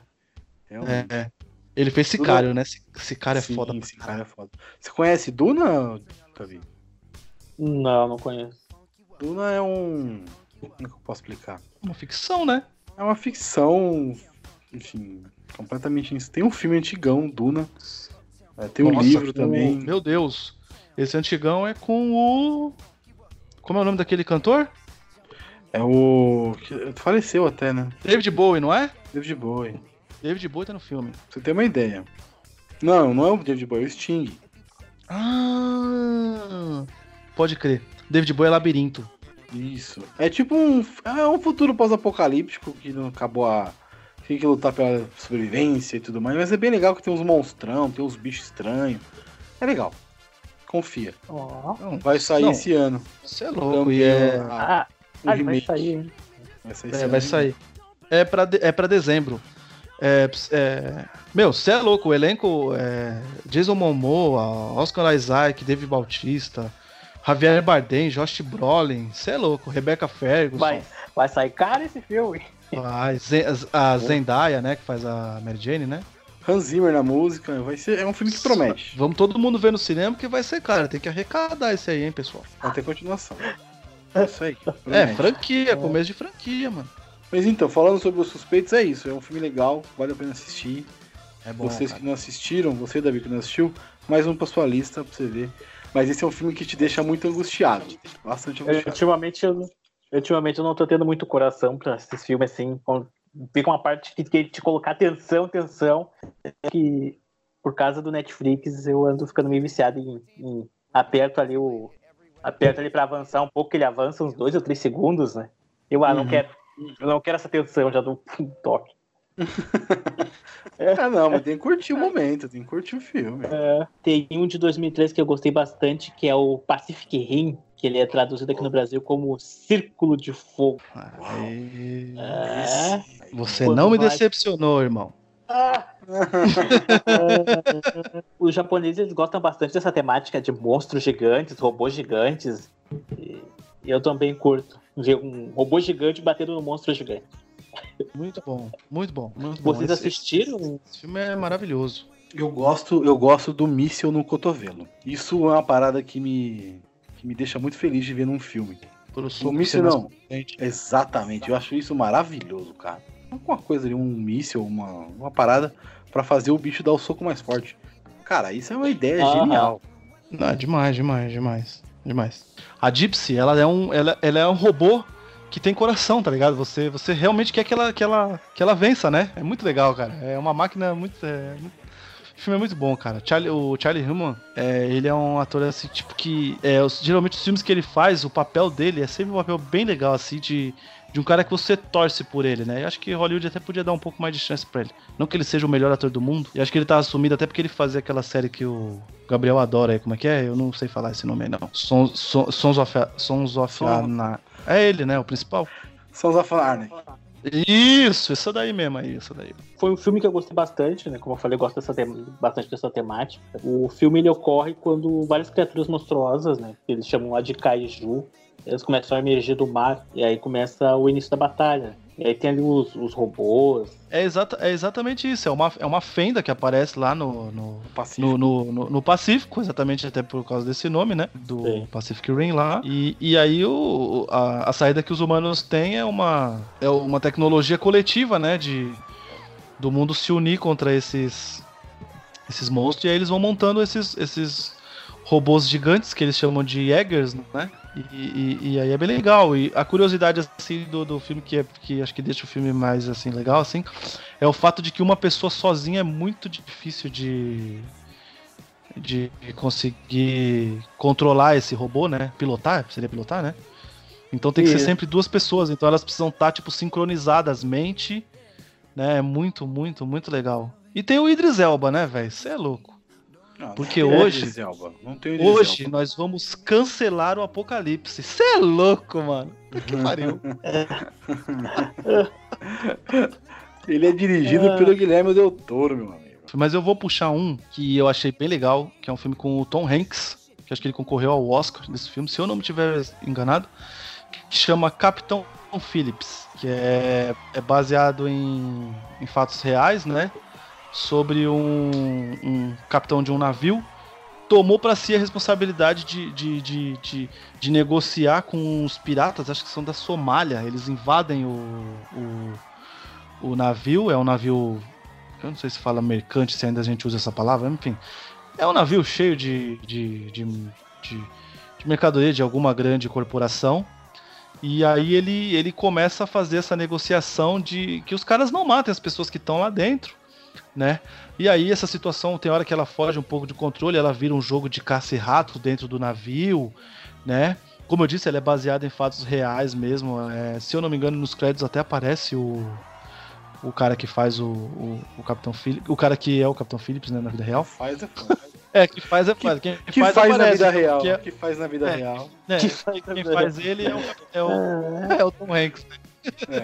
Ele fez Sicário, né? Sicário é foda. Sicário é foda. Você conhece Duna, Davi? Não conheço. Duna é um... Como é que eu posso explicar? Uma ficção, né? É uma ficção enfim, completamente isso. Tem um filme antigão, Duna. Tem um Nossa, livro também. Meu Deus. Esse antigão é com o... Como é o nome daquele cantor? É o... faleceu até, né? David Bowie, não é? David Bowie. David Bowie tá no filme. Pra você ter uma ideia. Não é o David Bowie, é o Sting. Ah, pode crer. David Bowie é Labirinto. Isso. É tipo um futuro pós-apocalíptico que não acabou a... Tem que lutar pela sobrevivência e tudo mais. Mas é bem legal que tem uns monstrão, tem uns bichos estranhos. É legal. Confia. Ó. Vai sair Não, esse ano. você é louco. Também E é... um Vai remake. sair, hein? Vai sair esse ano. vai sair. É pra dezembro. Meu, você é louco. O elenco é Jason Momoa, Oscar Isaac, Dave Bautista, Javier Bardem, Josh Brolin. Você é louco. Rebecca Ferguson. Vai sair caro esse filme. A Zendaya, né, que faz a Mary Jane, né? Hans Zimmer na música. É um filme que promete. Vamos todo mundo ver no cinema que vai ser, cara. Tem que arrecadar esse aí, hein, pessoal. Vai ter continuação. É isso aí. É, promete. franquia, começo de franquia, mano. Mas então, falando sobre Os Suspeitos, é isso. É um filme legal, vale a pena assistir. É bom, Vocês cara. que não assistiram, você, Davi, que não assistiu, mais um pra sua lista pra você ver. Mas esse é um filme que te deixa muito angustiado. Bastante angustiado. Ultimamente eu não tô tendo muito coração pra esses filmes assim. Fica uma parte que te colocar tensão. Que por causa do Netflix eu ando ficando meio viciado em aperto ali pra avançar um pouco, que ele avança uns 2 ou 3 segundos, né? Eu não quero essa tensão, já dou um toque. Não, mas tem que curtir o momento, tem que curtir o filme. Tem um de 2003 que eu gostei bastante, que é o Pacific Rim, que ele é traduzido aqui no Brasil como Círculo de Fogo. Aí... Esse- Você Quando não me vai- decepcionou, irmão. Os japoneses eles gostam bastante dessa temática de monstros gigantes, robôs gigantes. E eu também curto ver um robô gigante batendo no monstro gigante. Muito bom, muito bom, muito bom. Vocês assistiram? Esse filme é maravilhoso. Eu gosto do míssil no cotovelo. Isso é uma parada que me deixa muito feliz de ver num filme. Pelo soco míssil ser mais não. potente. Exatamente, eu acho isso maravilhoso, cara. Alguma coisa ali, um míssil, uma parada pra fazer o bicho dar o soco mais forte. Cara, isso é uma ideia genial. Não, é demais. A Gypsy, ela é um robô que tem coração, tá ligado? Você realmente quer que ela vença, né? É muito legal, cara. É uma máquina muito... O filme é muito bom, cara. O Charlie Hunnam, ele é um ator assim, tipo que... geralmente os filmes que ele faz, o papel dele é sempre um papel bem legal, assim, de um cara que você torce por ele, né? Eu acho que Hollywood até podia dar um pouco mais de chance pra ele. Não que ele seja o melhor ator do mundo. E acho que ele tá assumido até porque ele fazia aquela série que o Gabriel adora aí, como é que é? Eu não sei falar esse nome aí, não. Sons of Anarchy. É ele, né? O principal. Sons of Anarchy. Isso daí mesmo aí, isso daí. Foi um filme que eu gostei bastante, né? Como eu falei, eu gosto bastante dessa temática. O filme ele ocorre quando várias criaturas monstruosas, né? Que eles chamam lá de kaiju, eles começam a emergir do mar, e aí começa o início da batalha. E aí tem ali os robôs. É exatamente isso, é uma fenda que aparece lá no Pacífico. no Pacífico, exatamente até por causa desse nome, né? Do Sim. Pacific Rim lá. E aí a saída que os humanos têm é uma tecnologia coletiva, né? Do mundo se unir contra esses monstros, e aí eles vão montando esses robôs gigantes que eles chamam de Jaegers, né? E aí é bem legal. E a curiosidade assim do filme que acho que deixa o filme mais assim legal assim é o fato de que uma pessoa sozinha é muito difícil de conseguir controlar esse robô, né? Seria pilotar, né? Então tem que ser sempre 2 pessoas, então elas precisam estar tipo sincronizadas mente, né? É muito, muito, muito legal. E tem o Idris Elba, né, velho? Você é louco. Não, Porque não tem hoje- Idris Elba, não tem o Idris Hoje Elba. nós vamos cancelar o Apocalipse. Você é louco, mano. Que pariu. Ele é dirigido pelo Guilherme Del Toro, meu amigo. Mas eu vou puxar um que eu achei bem legal, que é um filme com o Tom Hanks, que acho que ele concorreu ao Oscar desse filme, se eu não me tiver enganado, que chama Capitão Phillips, que é baseado em fatos reais, né? Sobre um capitão de um navio tomou para si a responsabilidade de negociar com os piratas, acho que são da Somália. Eles invadem o navio é um navio, eu não sei se fala mercante, se ainda a gente usa essa palavra, enfim. É um navio cheio de mercadoria de alguma grande corporação. E aí ele começa a fazer essa negociação de que os caras não matem as pessoas que estão lá dentro, né? E aí essa situação tem hora que ela foge um pouco de controle, ela vira um jogo de caça e rato dentro do navio, né? Como eu disse, ela é baseada em fatos reais mesmo. Se eu não me engano, nos créditos até aparece o cara que faz o Capitão Phillips, o cara que é o Capitão Phillips, né, na vida real. Faz Que faz é foda. Quem que faz faz na aparece, vida real. que Que faz na vida real. quem faz ele é o Tom Hanks, né?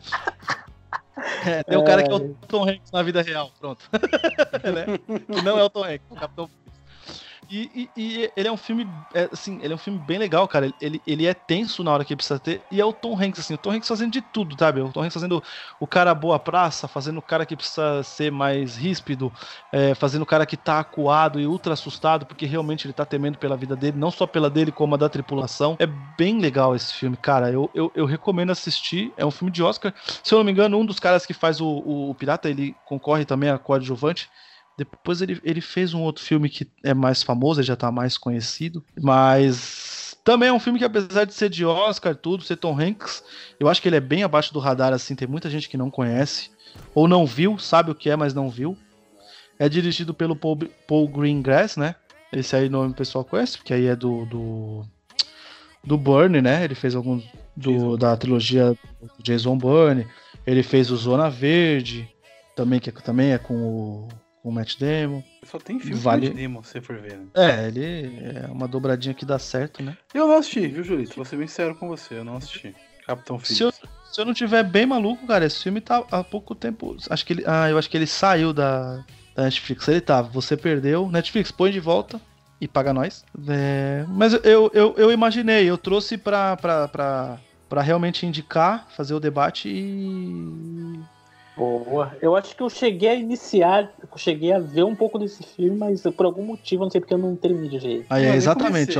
Tem o cara que é o Tom Hanks na vida real, pronto. Né? Que não é o Tom Hanks, o Capitão Phillips. E ele é um filme, ele é um filme bem legal, cara. Ele é tenso na hora que precisa ter. E é o Tom Hanks, assim, o Tom Hanks fazendo de tudo, sabe? O Tom Hanks fazendo o cara boa praça, fazendo o cara que precisa ser mais ríspido, fazendo o cara que tá acuado e ultra assustado, porque realmente ele tá temendo pela vida dele, não só pela dele, como a da tripulação. É bem legal esse filme, cara. Eu recomendo assistir. É um filme de Oscar. Se eu não me engano, um dos caras que faz o Pirata, ele concorre também a coadjuvante. Depois ele fez um outro filme que é mais famoso, ele já tá mais conhecido. Mas também é um filme que, apesar de ser de Oscar, tudo, ser Tom Hanks, eu acho que ele é bem abaixo do radar, assim. Tem muita gente que não conhece, ou não viu, sabe o que é, mas não viu. É dirigido pelo Paul Greengrass, né? Esse aí o nome o pessoal conhece, porque aí é do Bourne, né? Ele fez alguns da trilogia do Jason Bourne. Ele fez o Zona Verde, também, que também é com o Matt Damon. Só tem filme com o Matt Damon, se você for ver, né? Ele é uma dobradinha que dá certo, né? Eu não assisti, viu, Julito? Vou ser bem sincero com você, eu não assisti. Capitão Phillips. Se eu não tiver bem maluco, cara, esse filme tá há pouco tempo. Eu acho que ele saiu da Netflix. Ele tava, você perdeu. Netflix, põe de volta e paga nós. Mas eu imaginei, eu trouxe pra realmente indicar, fazer o debate e. Boa. Eu acho que eu cheguei a ver um pouco desse filme, mas por algum motivo, não sei porque eu não terminei de ver. Exatamente,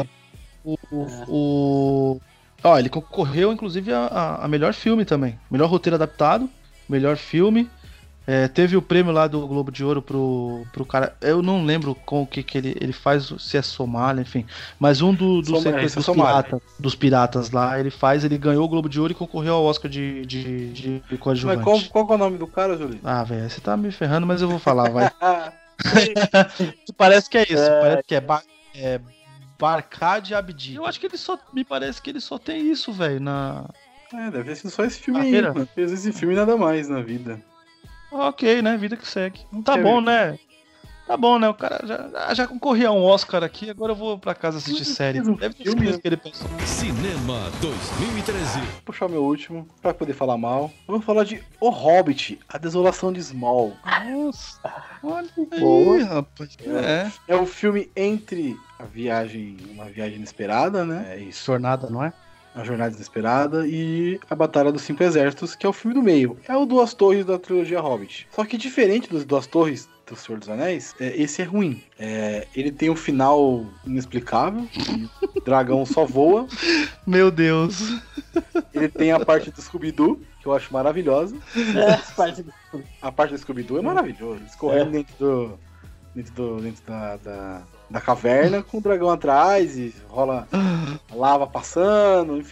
ó. Ele concorreu, inclusive, a melhor filme também. Melhor roteiro adaptado, melhor filme. Teve o prêmio lá do Globo de Ouro pro cara. Eu não lembro com o que ele faz, se é Somália, enfim. Mas um dos piratas lá, ele ganhou o Globo de Ouro e concorreu ao Oscar de coadjuvante. Mas qual é o nome do cara, Julito? Velho, você tá me ferrando, mas eu vou falar, vai. Parece que é isso, parece que é Barkhad Abdi. Eu acho que me parece que ele só tem isso, velho, deve ter sido só esse filme aí, mano. Fez esse filme e nada mais na vida. Ok, né? Vida que segue. Tá bom, né? Tá bom, né? O cara já concorria a um Oscar aqui, agora eu vou pra casa assistir série. Deve ter sido que ele pensou. Cinema 2013. Vou puxar o meu último, pra poder falar mal. Vamos falar de O Hobbit, A Desolação de Smaug. Nossa, olha aí, rapaz. É um filme entre uma viagem inesperada, né? É isso. Jornada, não é? A Jornada Inesperada e A Batalha dos Cinco Exércitos, que é o filme do meio. É o Duas Torres da trilogia Hobbit. Só que diferente dos Duas Torres do Senhor dos Anéis, esse é ruim. Ele tem um final inexplicável, o dragão só voa. Meu Deus. Ele tem a parte do Scooby-Doo, que eu acho maravilhosa. A parte do Scooby-Doo é maravilhosa. Escorrendo dentro da caverna com o dragão atrás e rola lava passando, enfim.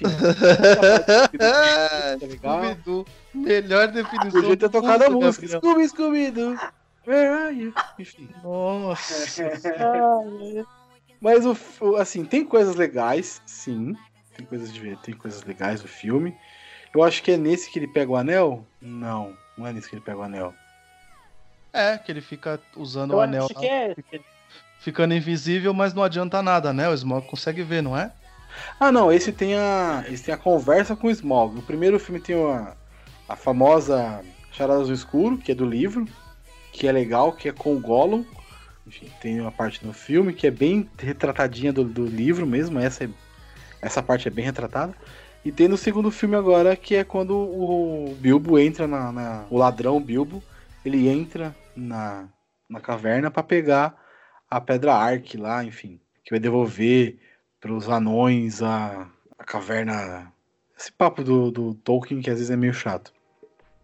Scooby-Doo, melhor definição. Podia ter tocado a música. Scooby-Doo, where are you? Enfim. Nossa. Mas assim, tem coisas legais, sim. Tem coisas legais do filme. Eu acho que é nesse que ele pega o anel? Não é nesse que ele pega o anel. Que ele fica usando o anel. Acho que é. Ficando invisível, mas não adianta nada, né? O Smaug consegue ver, não é? Não, esse tem a conversa com o Smaug. No primeiro filme tem a famosa Charadas do Escuro, que é do livro, que é legal, que é com o Gollum. Enfim, tem uma parte no filme que é bem retratadinha do livro mesmo, essa parte é bem retratada. E tem no segundo filme agora, que é quando o Bilbo entra o ladrão Bilbo, ele entra na caverna para pegar a Pedra Ark lá, enfim, que vai devolver para os anões a caverna. Esse papo do Tolkien que às vezes é meio chato.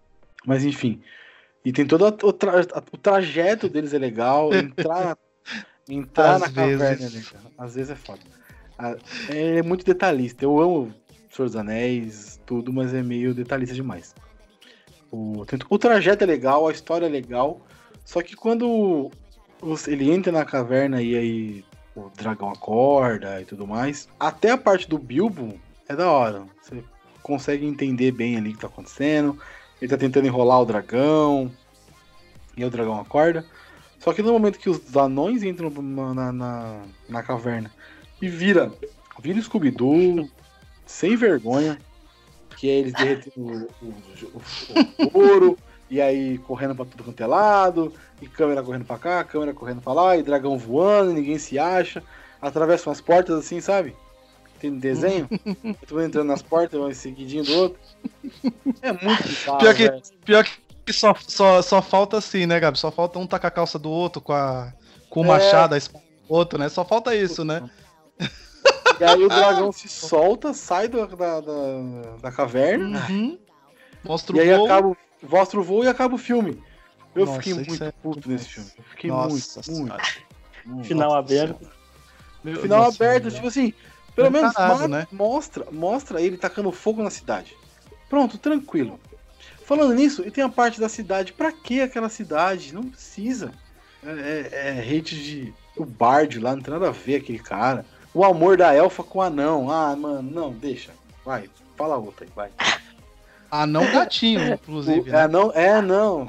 Mas enfim. E tem todo o trajeto deles é legal. Entrar Às na caverna é vezes. legal. Às vezes é foda. É muito detalhista. Eu amo Senhor dos Anéis, tudo, mas é meio detalhista demais. O trajeto é legal, a história é legal. Só que quando ele entra na caverna e aí o dragão acorda e tudo mais, até a parte do Bilbo é da hora. Você consegue entender bem ali o que tá acontecendo. Ele tá tentando enrolar o dragão. E o dragão acorda. Só que no momento que os anões entram na caverna e vira Scooby-Doo, sem vergonha, que é eles derretendo o ouro, e aí correndo pra tudo quanto é lado, e câmera correndo pra cá, câmera correndo pra lá, e dragão voando, ninguém se acha, atravessam as portas assim, sabe? Tem um desenho, tô entrando nas portas, um seguidinho do outro. É muito bizarro, Pior que só falta assim, né, Gabi? Só falta um tacar a calça do outro com o machado, a espada do outro, né? Só falta isso, né? E aí o dragão se solta, sai da caverna. Uhum. Mostra E aí o voo. mostra o voo e acaba o filme. Eu Nossa, fiquei isso muito é puto nesse filme. Eu fiquei Nossa muito. Final Nossa aberto. Senhora. Meu Final Deus aberto, Deus. tipo assim, pelo Não menos tá nada, né? mostra ele tacando fogo na cidade. Pronto, tranquilo. Falando nisso, e tem a parte da cidade. Pra que aquela cidade? Não precisa. É hate de o Bard lá, não tem nada a ver aquele cara. O amor da elfa com o anão. Ah, mano, não, deixa. Vai, fala outra aí, vai. Anão gatinho, inclusive. Né? Não.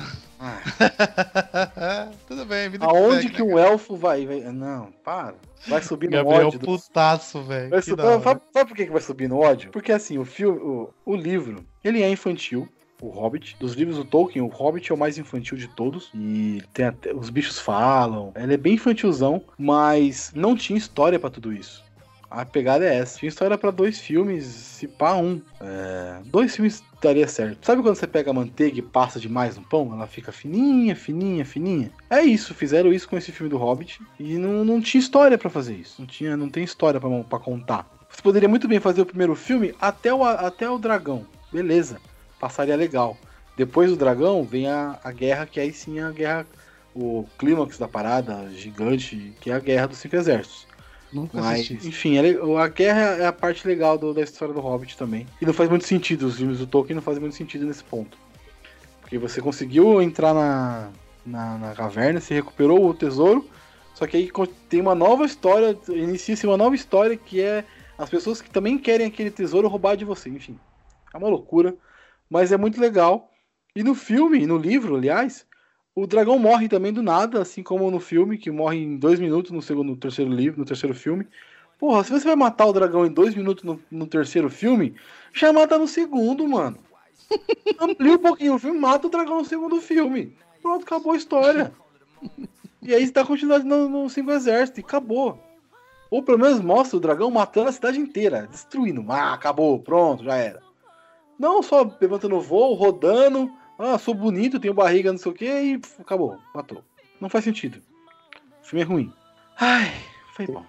Ah, Tudo bem, vida aonde segue, que né, um elfo vai? Não, para. Vai subir no Gabriel ódio. putaço, velho. Vai Que subir... da hora. Sabe por que vai subir no ódio? Porque assim, o livro, ele é infantil. O Hobbit, dos livros do Tolkien, o Hobbit é o mais infantil de todos. E tem até, os bichos falam. Ele é bem infantilzão, mas não tinha história pra tudo isso. A pegada é essa. Tinha história pra 2 filmes, se pá, 1. 2 filmes daria certo. Sabe quando você pega a manteiga e passa demais no pão? Ela fica fininha. É isso, fizeram isso com esse filme do Hobbit. E não tinha história pra fazer isso. Não tem história pra contar. Você poderia muito bem fazer o primeiro filme até o dragão. Beleza. Passaria legal. Depois do dragão vem a guerra, que aí sim é a guerra, o clímax da parada gigante, que é a guerra dos 5 exércitos. Nunca Mas, assisti isso. enfim, a guerra é a parte legal da história do Hobbit também. E não faz muito sentido, os filmes do Tolkien não fazem muito sentido nesse ponto. Porque você conseguiu entrar na caverna, você recuperou o tesouro, só que aí tem uma nova história, inicia-se uma nova história que é as pessoas que também querem aquele tesouro roubar de você, enfim. É uma loucura. Mas é muito legal. E no filme, no livro, aliás, o dragão morre também do nada, assim como no filme, que morre em 2 minutos no terceiro livro, no terceiro filme. Porra, se você vai matar o dragão em 2 minutos no terceiro filme, já mata no segundo, mano. Amplia um pouquinho o filme, mata o dragão no segundo filme. Pronto, acabou a história. E aí você dá continuidade no 5 exércitos e acabou. Ou pelo menos mostra o dragão matando a cidade inteira, destruindo. Ah, acabou, pronto, já era. Não só levantando voo, rodando. Ah, sou bonito, tenho barriga, não sei o que, e acabou, matou. Não faz sentido. O filme é ruim. Ai, foi bom.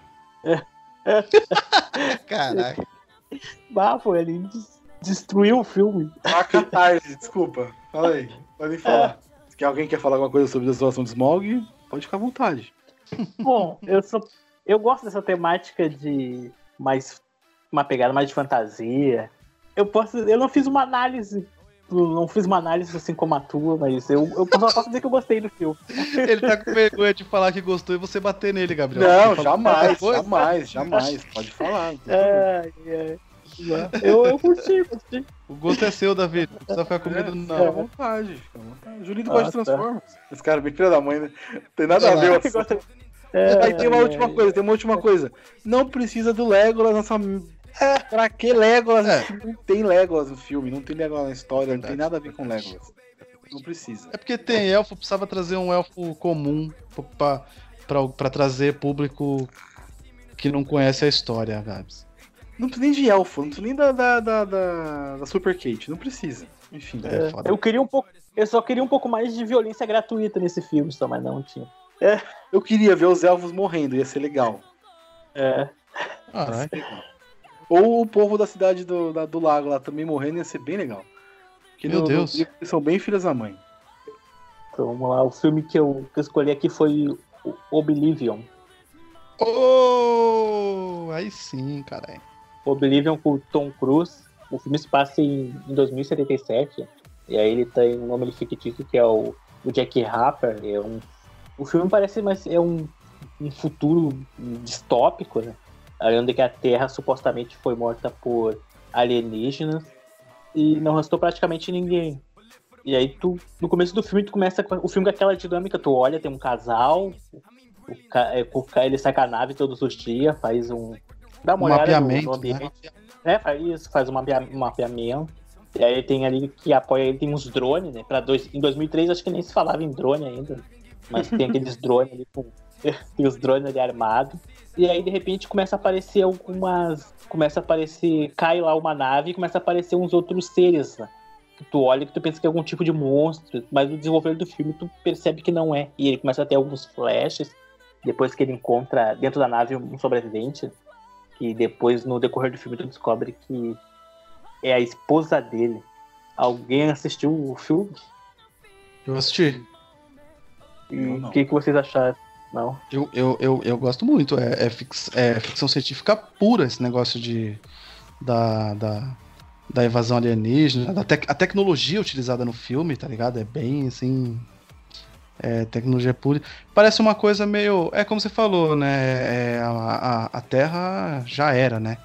Caraca. Bafo, ele destruiu o filme. A catarse, desculpa. Fala aí, podem falar. Se alguém quer falar alguma coisa sobre a situação de Smaug, pode ficar à vontade. Bom, eu gosto dessa temática de uma pegada mais de fantasia. Eu não fiz uma análise. Não fiz uma análise assim como a tua, mas eu posso dizer que eu gostei do filme. Ele tá com vergonha de falar que gostou e você bater nele, Gabriel. Não, Você falou jamais. Pode falar. Eu curti. O gosto é seu, Davi. Não precisa ficar com medo, Fica à não. vontade. O Julito gosta de tá. Transformers. Esse cara é bem filho da mãe, né? Tem nada a ver. Aí tem uma última coisa. Não precisa do Legolas nessa... Pra que Legolas? Não tem Legolas no filme, não tem Legolas na história, não tem nada a ver com Legolas. Não precisa. É porque tem elfo, precisava trazer um elfo comum pra trazer público que não conhece a história, Gabs. Não precisa nem de elfo, não precisa nem da Super Kate, não precisa. Enfim. É foda. Eu só queria um pouco mais de violência gratuita nesse filme, só, mas não tinha. Eu queria ver os elfos morrendo, ia ser legal. Caralho. Ou o povo da cidade do lago lá também morrendo, ia ser bem legal. Que Meu no Deus. livro eles são bem filhas da mãe. Então, vamos lá, o filme que eu escolhi aqui foi o Oblivion. Oh, aí sim, caralho. Oblivion com o Tom Cruise. O filme se passa em 2077. E aí ele tem um nome fictício que é o Jack Harper. O filme parece, mas é um futuro distópico, né? Onde que a Terra supostamente foi morta por alienígenas e não restou praticamente ninguém. E aí no começo do filme, tu começa o filme com aquela dinâmica, tu olha, tem um casal, ele sai com a nave todos os dias, dá uma olhada no ambiente. Né? Faz um mapeamento. E aí tem ali que apoia ele, tem uns drones, né? Em 2003 acho que nem se falava em drone ainda, mas tem aqueles drones ali tem os drones ali armados. E aí de repente começa a aparecer cai lá uma nave e começa a aparecer uns outros seres, né? Que tu olha e tu pensa que é algum tipo de monstro, mas no desenvolver do filme tu percebe que não é. E ele começa a ter alguns flashes, depois que ele encontra dentro da nave um sobrevivente, que depois no decorrer do filme tu descobre que é a esposa dele. Alguém assistiu o filme? Eu assisti. E o que vocês acharam? Não? Eu gosto muito. É ficção científica pura esse negócio da invasão alienígena, a tecnologia utilizada no filme, tá ligado? É bem assim. Tecnologia pura. Parece uma coisa meio. É como você falou, né? A Terra já era, né?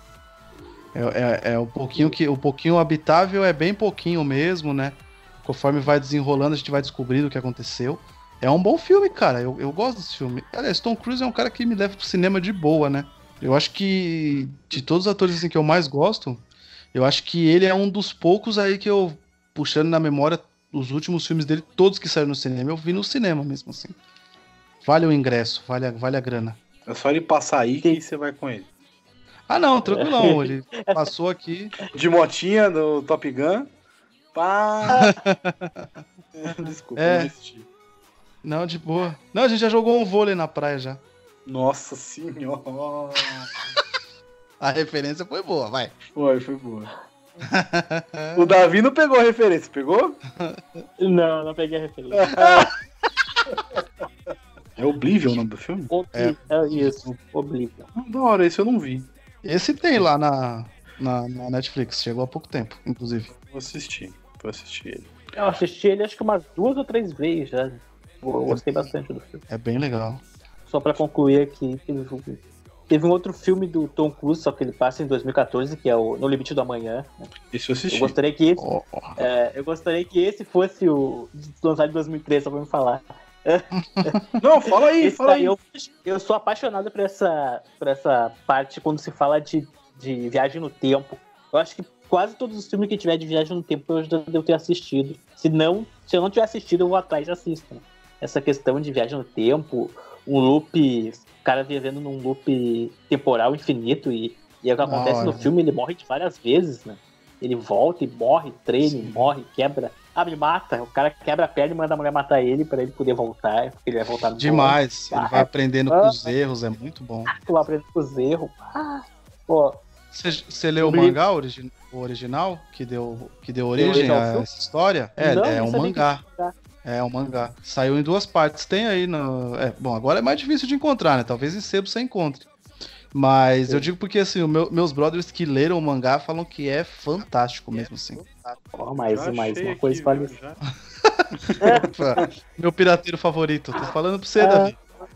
O pouquinho habitável é bem pouquinho mesmo, né? Conforme vai desenrolando, a gente vai descobrindo o que aconteceu. É um bom filme, cara. Eu gosto desse filme. Aliás, Tom Cruise é um cara que me leva pro cinema de boa, né? Eu acho que de todos os atores assim, que eu mais gosto, eu acho que ele é um dos poucos aí que eu, puxando na memória, os últimos filmes dele, todos que saíram no cinema, eu vi no cinema mesmo, assim. Vale o ingresso, vale a grana. É só ele passar aí que você vai com ele. Ah, não, tranquilão. Ele passou aqui. De motinha no Top Gun. Pá! Desculpa, não assisti. Não, de boa. Não, a gente já jogou um vôlei na praia já. Nossa senhora! A referência foi boa, vai. Foi boa. O Davi não pegou a referência, pegou? Não peguei a referência. É Oblivion o nome do filme? Isso, Oblivion. Da hora, esse eu não vi. Esse tem lá na Netflix, chegou há pouco tempo, inclusive. Vou assistir ele. Eu assisti ele acho que umas 2 ou 3 vezes já. Eu gostei bastante do filme. É bem legal. Só pra concluir aqui, teve um outro filme do Tom Cruise, só que ele passa em 2014, que é o No Limite do Amanhã. Isso eu assisti. Eu gostaria que esse fosse o lançado em 2013, só pra me falar. Não, fala aí. Eu sou apaixonado por essa parte quando se fala de viagem no tempo. Eu acho que quase todos os filmes que tiver de viagem no tempo eu já devo ter assistido. Se eu não tiver assistido, eu vou atrás e assisto. Essa questão de viagem no tempo, um loop, o cara vivendo num loop temporal infinito e é o que acontece no filme, ele morre de várias vezes, né? Ele volta e morre, treina, e morre, quebra. Me mata. O cara quebra a perna e manda a mulher matar ele pra ele poder voltar, porque ele vai voltar no demais. Ele vai aprendendo com os erros, é muito bom. Ele vai aprendendo com os erros. Você leu o mangá original que deu origem a essa história? É um mangá. É um mangá. Saiu em 2 partes. Tem aí no. Bom, agora é mais difícil de encontrar, né? Talvez em sebo você encontre. Mas eu digo porque assim, meus brothers que leram o mangá falam que é fantástico mesmo, assim. Mais uma coisa pra Meu pirateiro favorito. Tô falando pra você, Davi.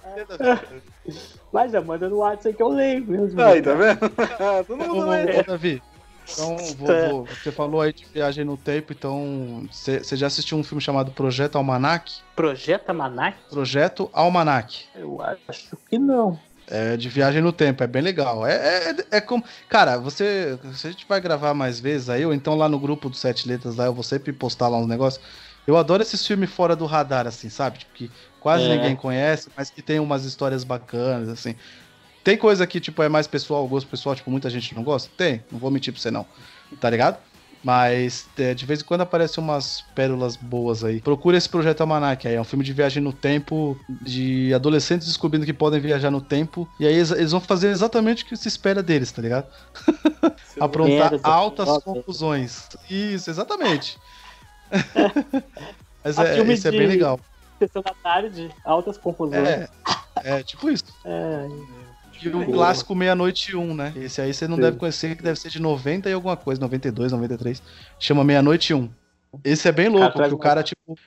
Mas manda no WhatsApp que eu leio mesmo. Aí, tá vendo? Ô, Davi. Então, você falou aí de viagem no tempo, então você já assistiu um filme chamado Projeto Almanac? Projeto Almanac? Projeto Almanac. Eu acho que não. É de viagem no tempo, é bem legal. É como. Cara, se a gente vai gravar mais vezes aí, ou então lá no grupo do 7 Letras lá, eu vou sempre postar lá uns negócios. Eu adoro esses filmes fora do radar, assim, sabe? Tipo, que quase ninguém conhece, mas que tem umas histórias bacanas, assim. Tem coisa que, tipo, é mais pessoal, gosto pessoal, tipo, muita gente não gosta? Tem, não vou mentir pra você não, tá ligado? Mas de vez em quando aparecem umas pérolas boas aí. Procura esse Projeto Almanac aí, é um filme de viagem no tempo, de adolescentes descobrindo que podem viajar no tempo, e aí eles vão fazer exatamente o que se espera deles, tá ligado? Aprontar altas confusões. Isso, exatamente. Mas filme esse é de- bem legal. Sessão da tarde, altas confusões. Tipo isso. É, E o clássico Meia-Noite e 1, né? Esse aí você não deve conhecer, que deve ser de 90 e alguma coisa, 92, 93. Chama Meia-Noite e 1. Esse é bem louco, traz porque o cara, tipo,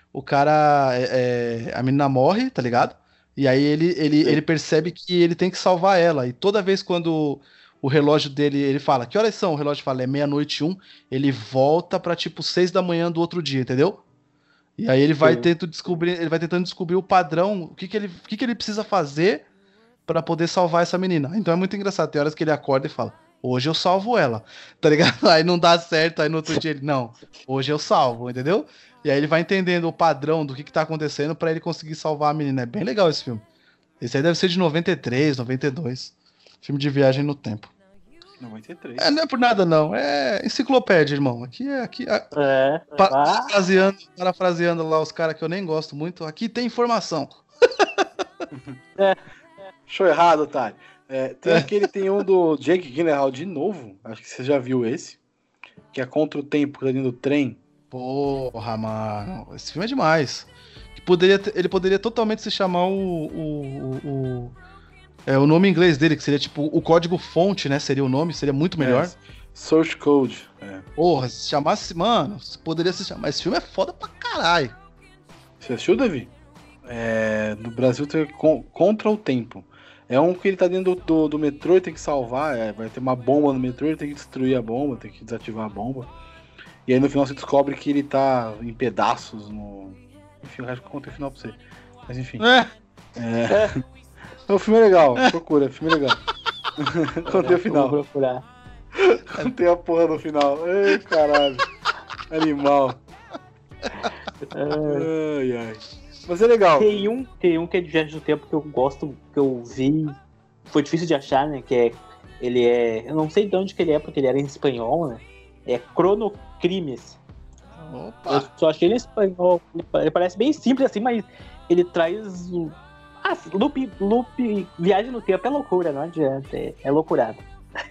a menina morre, tá ligado? E aí ele percebe que ele tem que salvar ela. E toda vez quando o relógio dele, ele fala, que horas são? O relógio fala, é 00:01, ele volta pra, tipo, 6 da manhã do outro dia, entendeu? E aí ele vai Sim. tentando descobrir o padrão, o que que ele precisa fazer pra poder salvar essa menina. Então é muito engraçado. Tem horas que ele acorda e fala, hoje eu salvo ela, tá ligado? Aí não dá certo, aí no outro dia ele, não, hoje eu salvo, entendeu? E aí ele vai entendendo o padrão do que tá acontecendo pra ele conseguir salvar a menina. É bem legal esse filme. Esse aí deve ser de 93, 92. Filme de viagem no tempo. 93. Não é por nada não, é enciclopédia, irmão. É. Parafraseando lá os caras que eu nem gosto muito, aqui tem informação. Show errado, Otário. Tem um do Jake Gyllenhaal de novo. Acho que você já viu esse. Que é Contra o Tempo, ali do trem. Porra, mano, esse filme é demais. Ele poderia totalmente se chamar o nome em inglês dele, que seria tipo o código fonte, né? Seria o nome, seria muito melhor. Source Code. Porra, se chamasse, mano, poderia se chamar. Esse filme é foda pra caralho. Você assistiu, Davi? No Brasil tem Contra o Tempo. É um que ele tá dentro do metrô e tem que salvar. Vai ter uma bomba no metrô, ele tem que destruir a bomba, tem que desativar a bomba. E aí no final você descobre que ele tá em pedaços no. Enfim, eu acho que eu contei o final pra você. Mas enfim. O filme é legal, procura, o filme é legal. Contei o final. Vou procurar. Contei a porra no final. Ai, caralho. Animal. Ai. Mas é legal. Tem um que é de Viagem do Tempo que eu gosto, que eu vi. Foi difícil de achar, né? Ele é. Eu não sei de onde que ele é, porque ele era em espanhol, né? É Cronocrimes. Eu Opa! só achei ele em espanhol. Ele parece bem simples assim, mas ele traz. Loop, Viagem no Tempo é loucura, não adianta. É loucurado.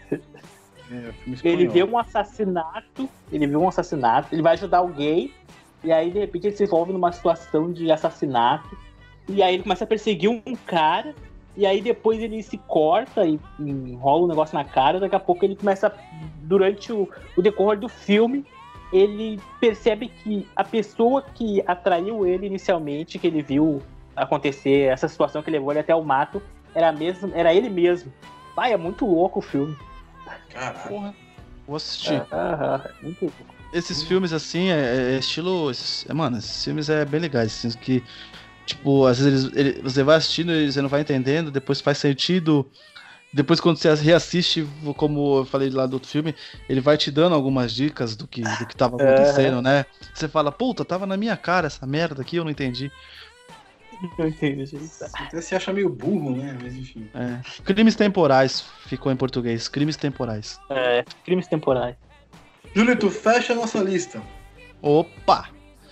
Filme espanhol. Ele vê um assassinato, ele vai ajudar alguém, e aí de repente ele se envolve numa situação de assassinato, e aí ele começa a perseguir um cara, e aí depois ele se corta e enrola um negócio na cara, daqui a pouco ele começa, durante o decorrer do filme, ele percebe que a pessoa que atraiu ele inicialmente, que ele viu acontecer essa situação que levou ele até o mato, era ele mesmo. Pai, é muito louco o filme. Caralho. Porra. Vou assistir. Muito louco. Esses filmes assim, estilo. Mano, esses filmes é bem legais. Assim, que, tipo, às vezes você vai assistindo e você não vai entendendo, depois faz sentido. Depois, quando você reassiste, como eu falei lá do outro filme, ele vai te dando algumas dicas do que tava acontecendo, né? Você fala, puta, tava na minha cara essa merda aqui, eu não entendi. Não entendi, gente. Até se acha meio burro, né? Mas enfim. Crimes temporais ficou em português. Crimes temporais. Crimes temporais. Julito, fecha a nossa lista. Opa!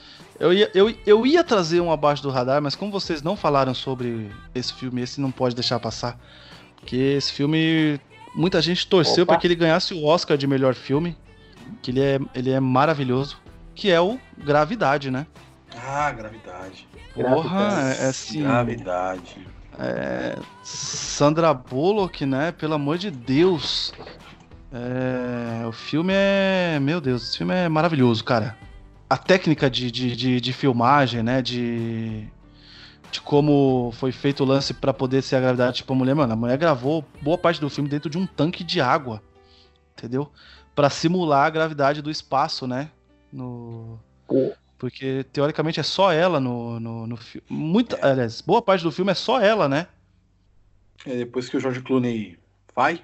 Eu ia trazer um abaixo do radar, mas como vocês não falaram sobre esse filme, esse não pode deixar passar. Porque esse filme, muita gente torceu para que ele ganhasse o Oscar de melhor filme. Que ele é maravilhoso. Que é o Gravidade, né? Gravidade. Porra, assim. Gravidade. Sandra Bullock, né? Pelo amor de Deus. O filme é. Meu Deus, esse filme é maravilhoso, cara. A técnica de filmagem, né? De como foi feito o lance pra poder ser a gravidade. Tipo, a mulher gravou boa parte do filme dentro de um tanque de água. Entendeu? Pra simular a gravidade do espaço, né? Porque, teoricamente, é só ela no filme. Aliás, boa parte do filme é só ela, né? Depois que o George Clooney vai,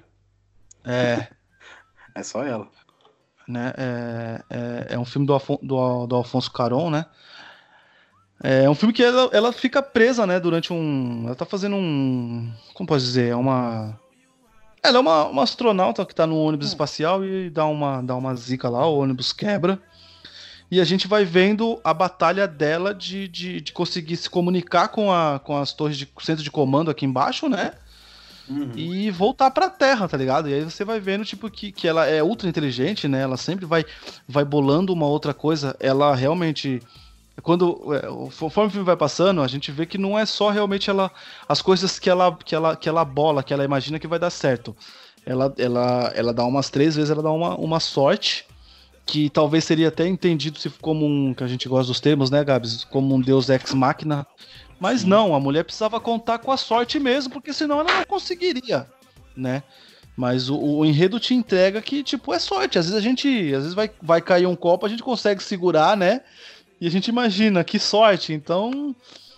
é só ela. Né? É um filme do Alfonso Cuarón, né? É um filme que ela fica presa, né? Durante ela tá fazendo como posso dizer? Ela é uma astronauta que tá no ônibus espacial e dá uma zica lá, o ônibus quebra. E a gente vai vendo a batalha dela de conseguir se comunicar com as torres de centro de comando aqui embaixo, né? e voltar pra Terra, tá ligado? E aí você vai vendo, tipo, que ela é ultra inteligente, né? Ela sempre vai bolando uma outra coisa. Ela realmente... Conforme o filme vai passando, a gente vê que não é só realmente as coisas que ela bola, que ela imagina que vai dar certo. Ela dá umas 3 vezes, ela dá uma sorte, que talvez seria até entendido se como que a gente gosta dos termos, né, Gabs? Como um deus ex machina. Mas não, a mulher precisava contar com a sorte mesmo, porque senão ela não conseguiria, né? Mas o enredo te entrega que, tipo, é sorte. Às vezes vai cair um copo, a gente consegue segurar, né? E a gente imagina, que sorte. Então,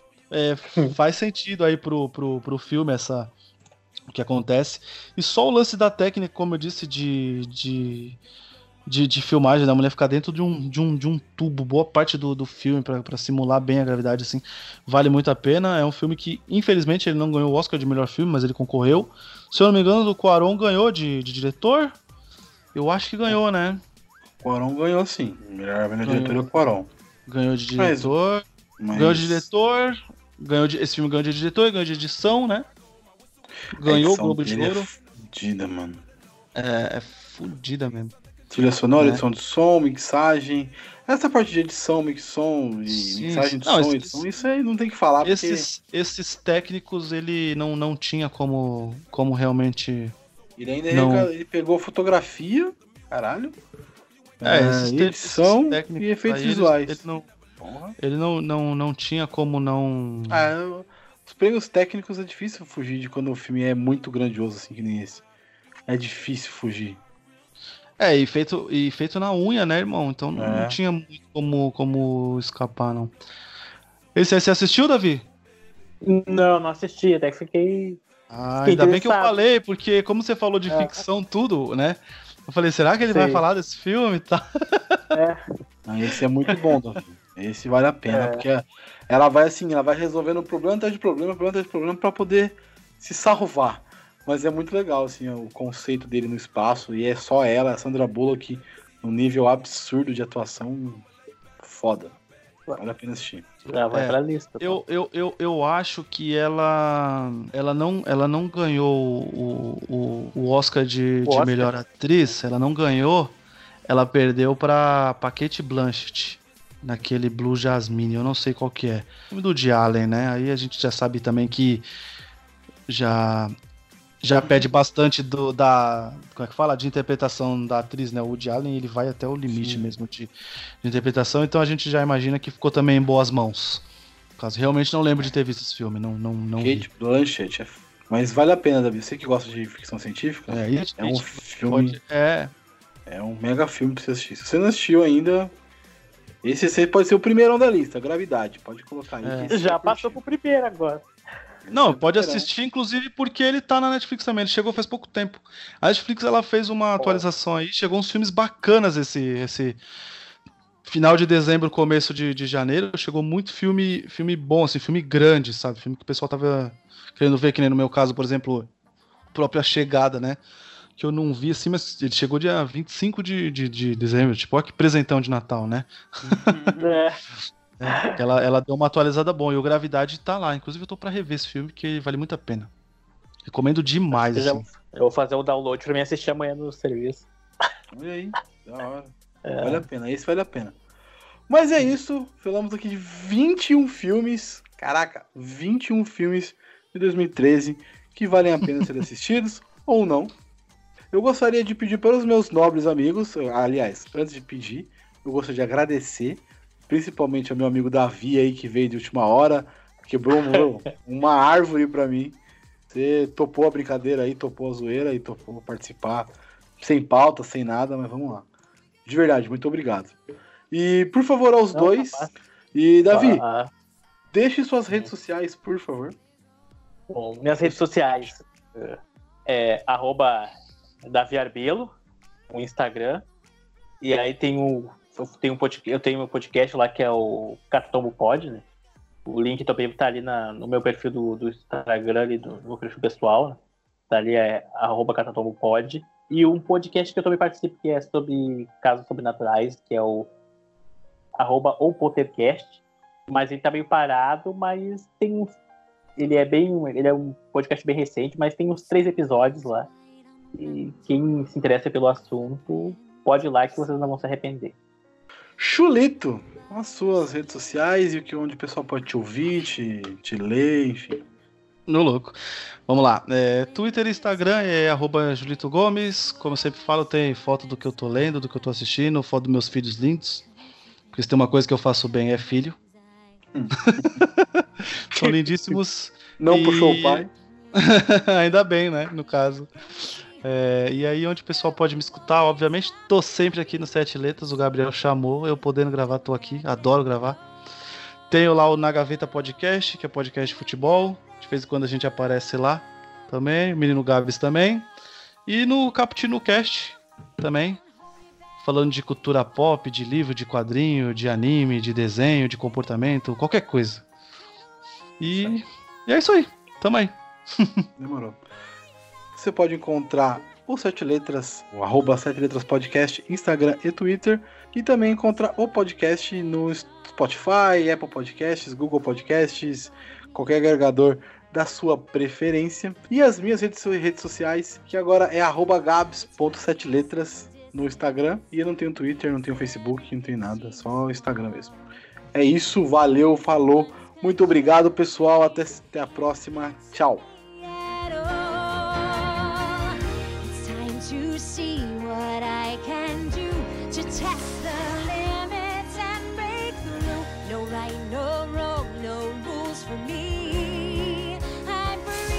faz sentido aí pro filme o que acontece. E só o lance da técnica, como eu disse, de filmagem, da mulher ficar dentro de um tubo, boa parte do filme, pra simular bem a gravidade, assim, vale muito a pena. É um filme que, infelizmente, ele não ganhou o Oscar de melhor filme, mas ele concorreu. Se eu não me engano, do Cuarón ganhou de diretor? Eu acho que ganhou, né? O Cuarón ganhou, sim. Melhor diretor é o Cuarón. Ganhou de diretor. Ganhou de diretor. Esse filme ganhou de diretor, ganhou de edição, né? Ganhou o Globo de Ouro. É fudida, mano. É fudida mesmo. Trilha sonora, edição de som, mixagem. Essa parte de edição, mixagem de som, edição, isso aí não tem que falar. Esses técnicos, ele não tinha como realmente. Ele ainda ele pegou fotografia, caralho. Edição e efeitos visuais. Ele não tinha como não. Os prêmios técnicos é difícil fugir de quando o filme é muito grandioso, assim, que nem esse. É difícil fugir. E feito na unha, né, irmão? Então não tinha muito como escapar, não. Esse aí você assistiu, Davi? Não assisti, até que fiquei ainda bem que eu falei, porque como você falou de ficção, tudo, né? Eu falei, será que ele vai falar desse filme e tal? Esse é muito bom, Davi. Esse vale a pena, porque ela vai resolvendo problema atrás de problema pra poder se salvar. Mas é muito legal, assim, o conceito dele no espaço, e é só ela, a Sandra Bullock, um nível absurdo de atuação foda. Vale a pena assistir. Já vai pra lista. Eu acho que ela não ganhou o Oscar de melhor atriz, ela não ganhou, ela perdeu pra Cate Blanchett, naquele Blue Jasmine, eu não sei qual que é. O filme do Woody Allen, né? Aí a gente já sabe também que já pede bastante como é que fala? De interpretação da atriz, né? O Woody Allen, ele vai até o limite mesmo de interpretação, então a gente já imagina que ficou também em boas mãos. Caso realmente não lembro de ter visto esse filme, não Kate Blanchett, mas vale a pena, Davi. Você que gosta de ficção científica, é um filme... É um mega filme pra você assistir. Se você não assistiu ainda, esse pode ser o primeirão da lista, Gravidade. Pode colocar aí. Já passou pro primeiro agora. Não, pode assistir, inclusive, porque ele tá na Netflix também. Ele chegou faz pouco tempo. A Netflix, ela fez uma atualização aí. Chegou uns filmes bacanas esse final de dezembro, começo de janeiro. Chegou muito filme bom, assim, filme grande, sabe? Filme que o pessoal tava querendo ver, que nem no meu caso, por exemplo, a própria Chegada, né? Que eu não vi, assim, mas ele chegou dia 25 de dezembro. Tipo, olha que presentão de Natal, né? Ela deu uma atualizada boa. E o Gravidade tá lá. Inclusive eu tô pra rever esse filme, que vale muito a pena. Recomendo demais, assim. Eu vou fazer o download pra mim assistir amanhã no serviço. Olha aí, da hora. Vale a pena, esse vale a pena. Mas é isso, falamos aqui de 21 filmes. Caraca, 21 filmes de 2013 que valem a pena ser assistidos ou não. Eu gostaria de pedir para os meus nobres amigos, aliás, antes de pedir, eu gostaria de agradecer, principalmente ao meu amigo Davi aí, que veio de última hora, quebrou uma árvore para mim. Você topou a brincadeira aí, topou a zoeira e topou participar sem pauta, sem nada, mas vamos lá. De verdade, muito obrigado. E, por favor, aos dois. E, Davi, deixe suas redes sociais, por favor. Bom, minhas redes sociais é @Davi Arbelo, o Instagram. E aí eu tenho um podcast lá que é o Catatombo Pod, né? O link também tá ali no meu perfil do Instagram, ali do meu perfil pessoal. Né? Tá ali, @Catatombo Pod. E um podcast que eu também participo, que é sobre casos sobrenaturais, que é o @OPotterCast. Mas ele tá meio parado, mas tem Ele é um podcast bem recente, mas tem uns 3 episódios lá. E quem se interessa pelo assunto, pode ir lá que vocês não vão se arrepender. Chulito, as suas redes sociais e onde o pessoal pode te ouvir, te ler, enfim. No louco. Vamos lá. Twitter e Instagram é @Julito Gomes. Como eu sempre falo, tem foto do que eu tô lendo, do que eu tô assistindo, foto dos meus filhos lindos. Porque se tem uma coisa que eu faço bem é filho. São lindíssimos. Não puxou o pai. Ainda bem, né? No caso. E aí onde o pessoal pode me escutar, obviamente, tô sempre aqui no 7 Letras, o Gabriel chamou, eu podendo gravar, tô aqui, adoro gravar. Tenho lá o Na Gaveta Podcast, que é podcast de futebol, de vez em quando a gente aparece lá também, o Menino Gabs também. E no Caputino Cast também, falando de cultura pop, de livro, de quadrinho, de anime, de desenho, de comportamento, qualquer coisa. E é isso aí, tamo aí. Demorou. Você pode encontrar o 7 Letras, o @7 Letras Podcast, Instagram e Twitter. E também encontrar o podcast no Spotify, Apple Podcasts, Google Podcasts, qualquer agregador da sua preferência. E as minhas redes sociais, que agora é @gabs.7letras no Instagram. E eu não tenho Twitter, não tenho Facebook, não tenho nada, só o Instagram mesmo. É isso, valeu, falou. Muito obrigado, pessoal. Até a próxima. Tchau. To see what I can do to test the limits and break through. No right, no wrong, no rules for me. I'm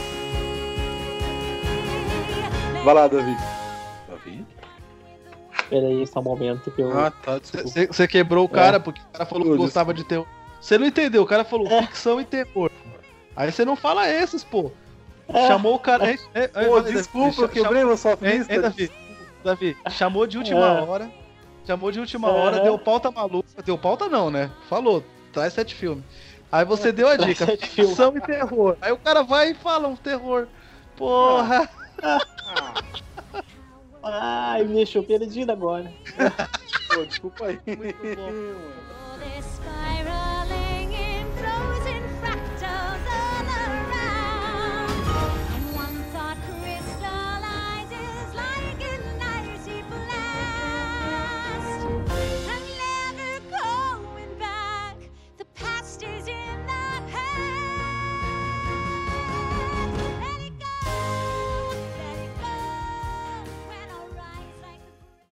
free. Vai lá, Davi. Davi? Peraí, só um momento que eu... Tá, desculpa. Você quebrou o cara, porque o cara falou que gostava de terror. Você não entendeu, o cara falou ficção e terror. Aí você não fala esses, pô. Chamou o cara. Pô, desculpa, eu quebrei meu sofista. Davi, chamou de última hora. Chamou de última hora, deu pauta maluca. Deu pauta não, né? Falou, traz 7 filmes. Aí você deu a dica, ficção e terror. Aí o cara vai e fala um terror. Porra! Ai, me deixou perdido agora. Pô, desculpa aí. Muito bom.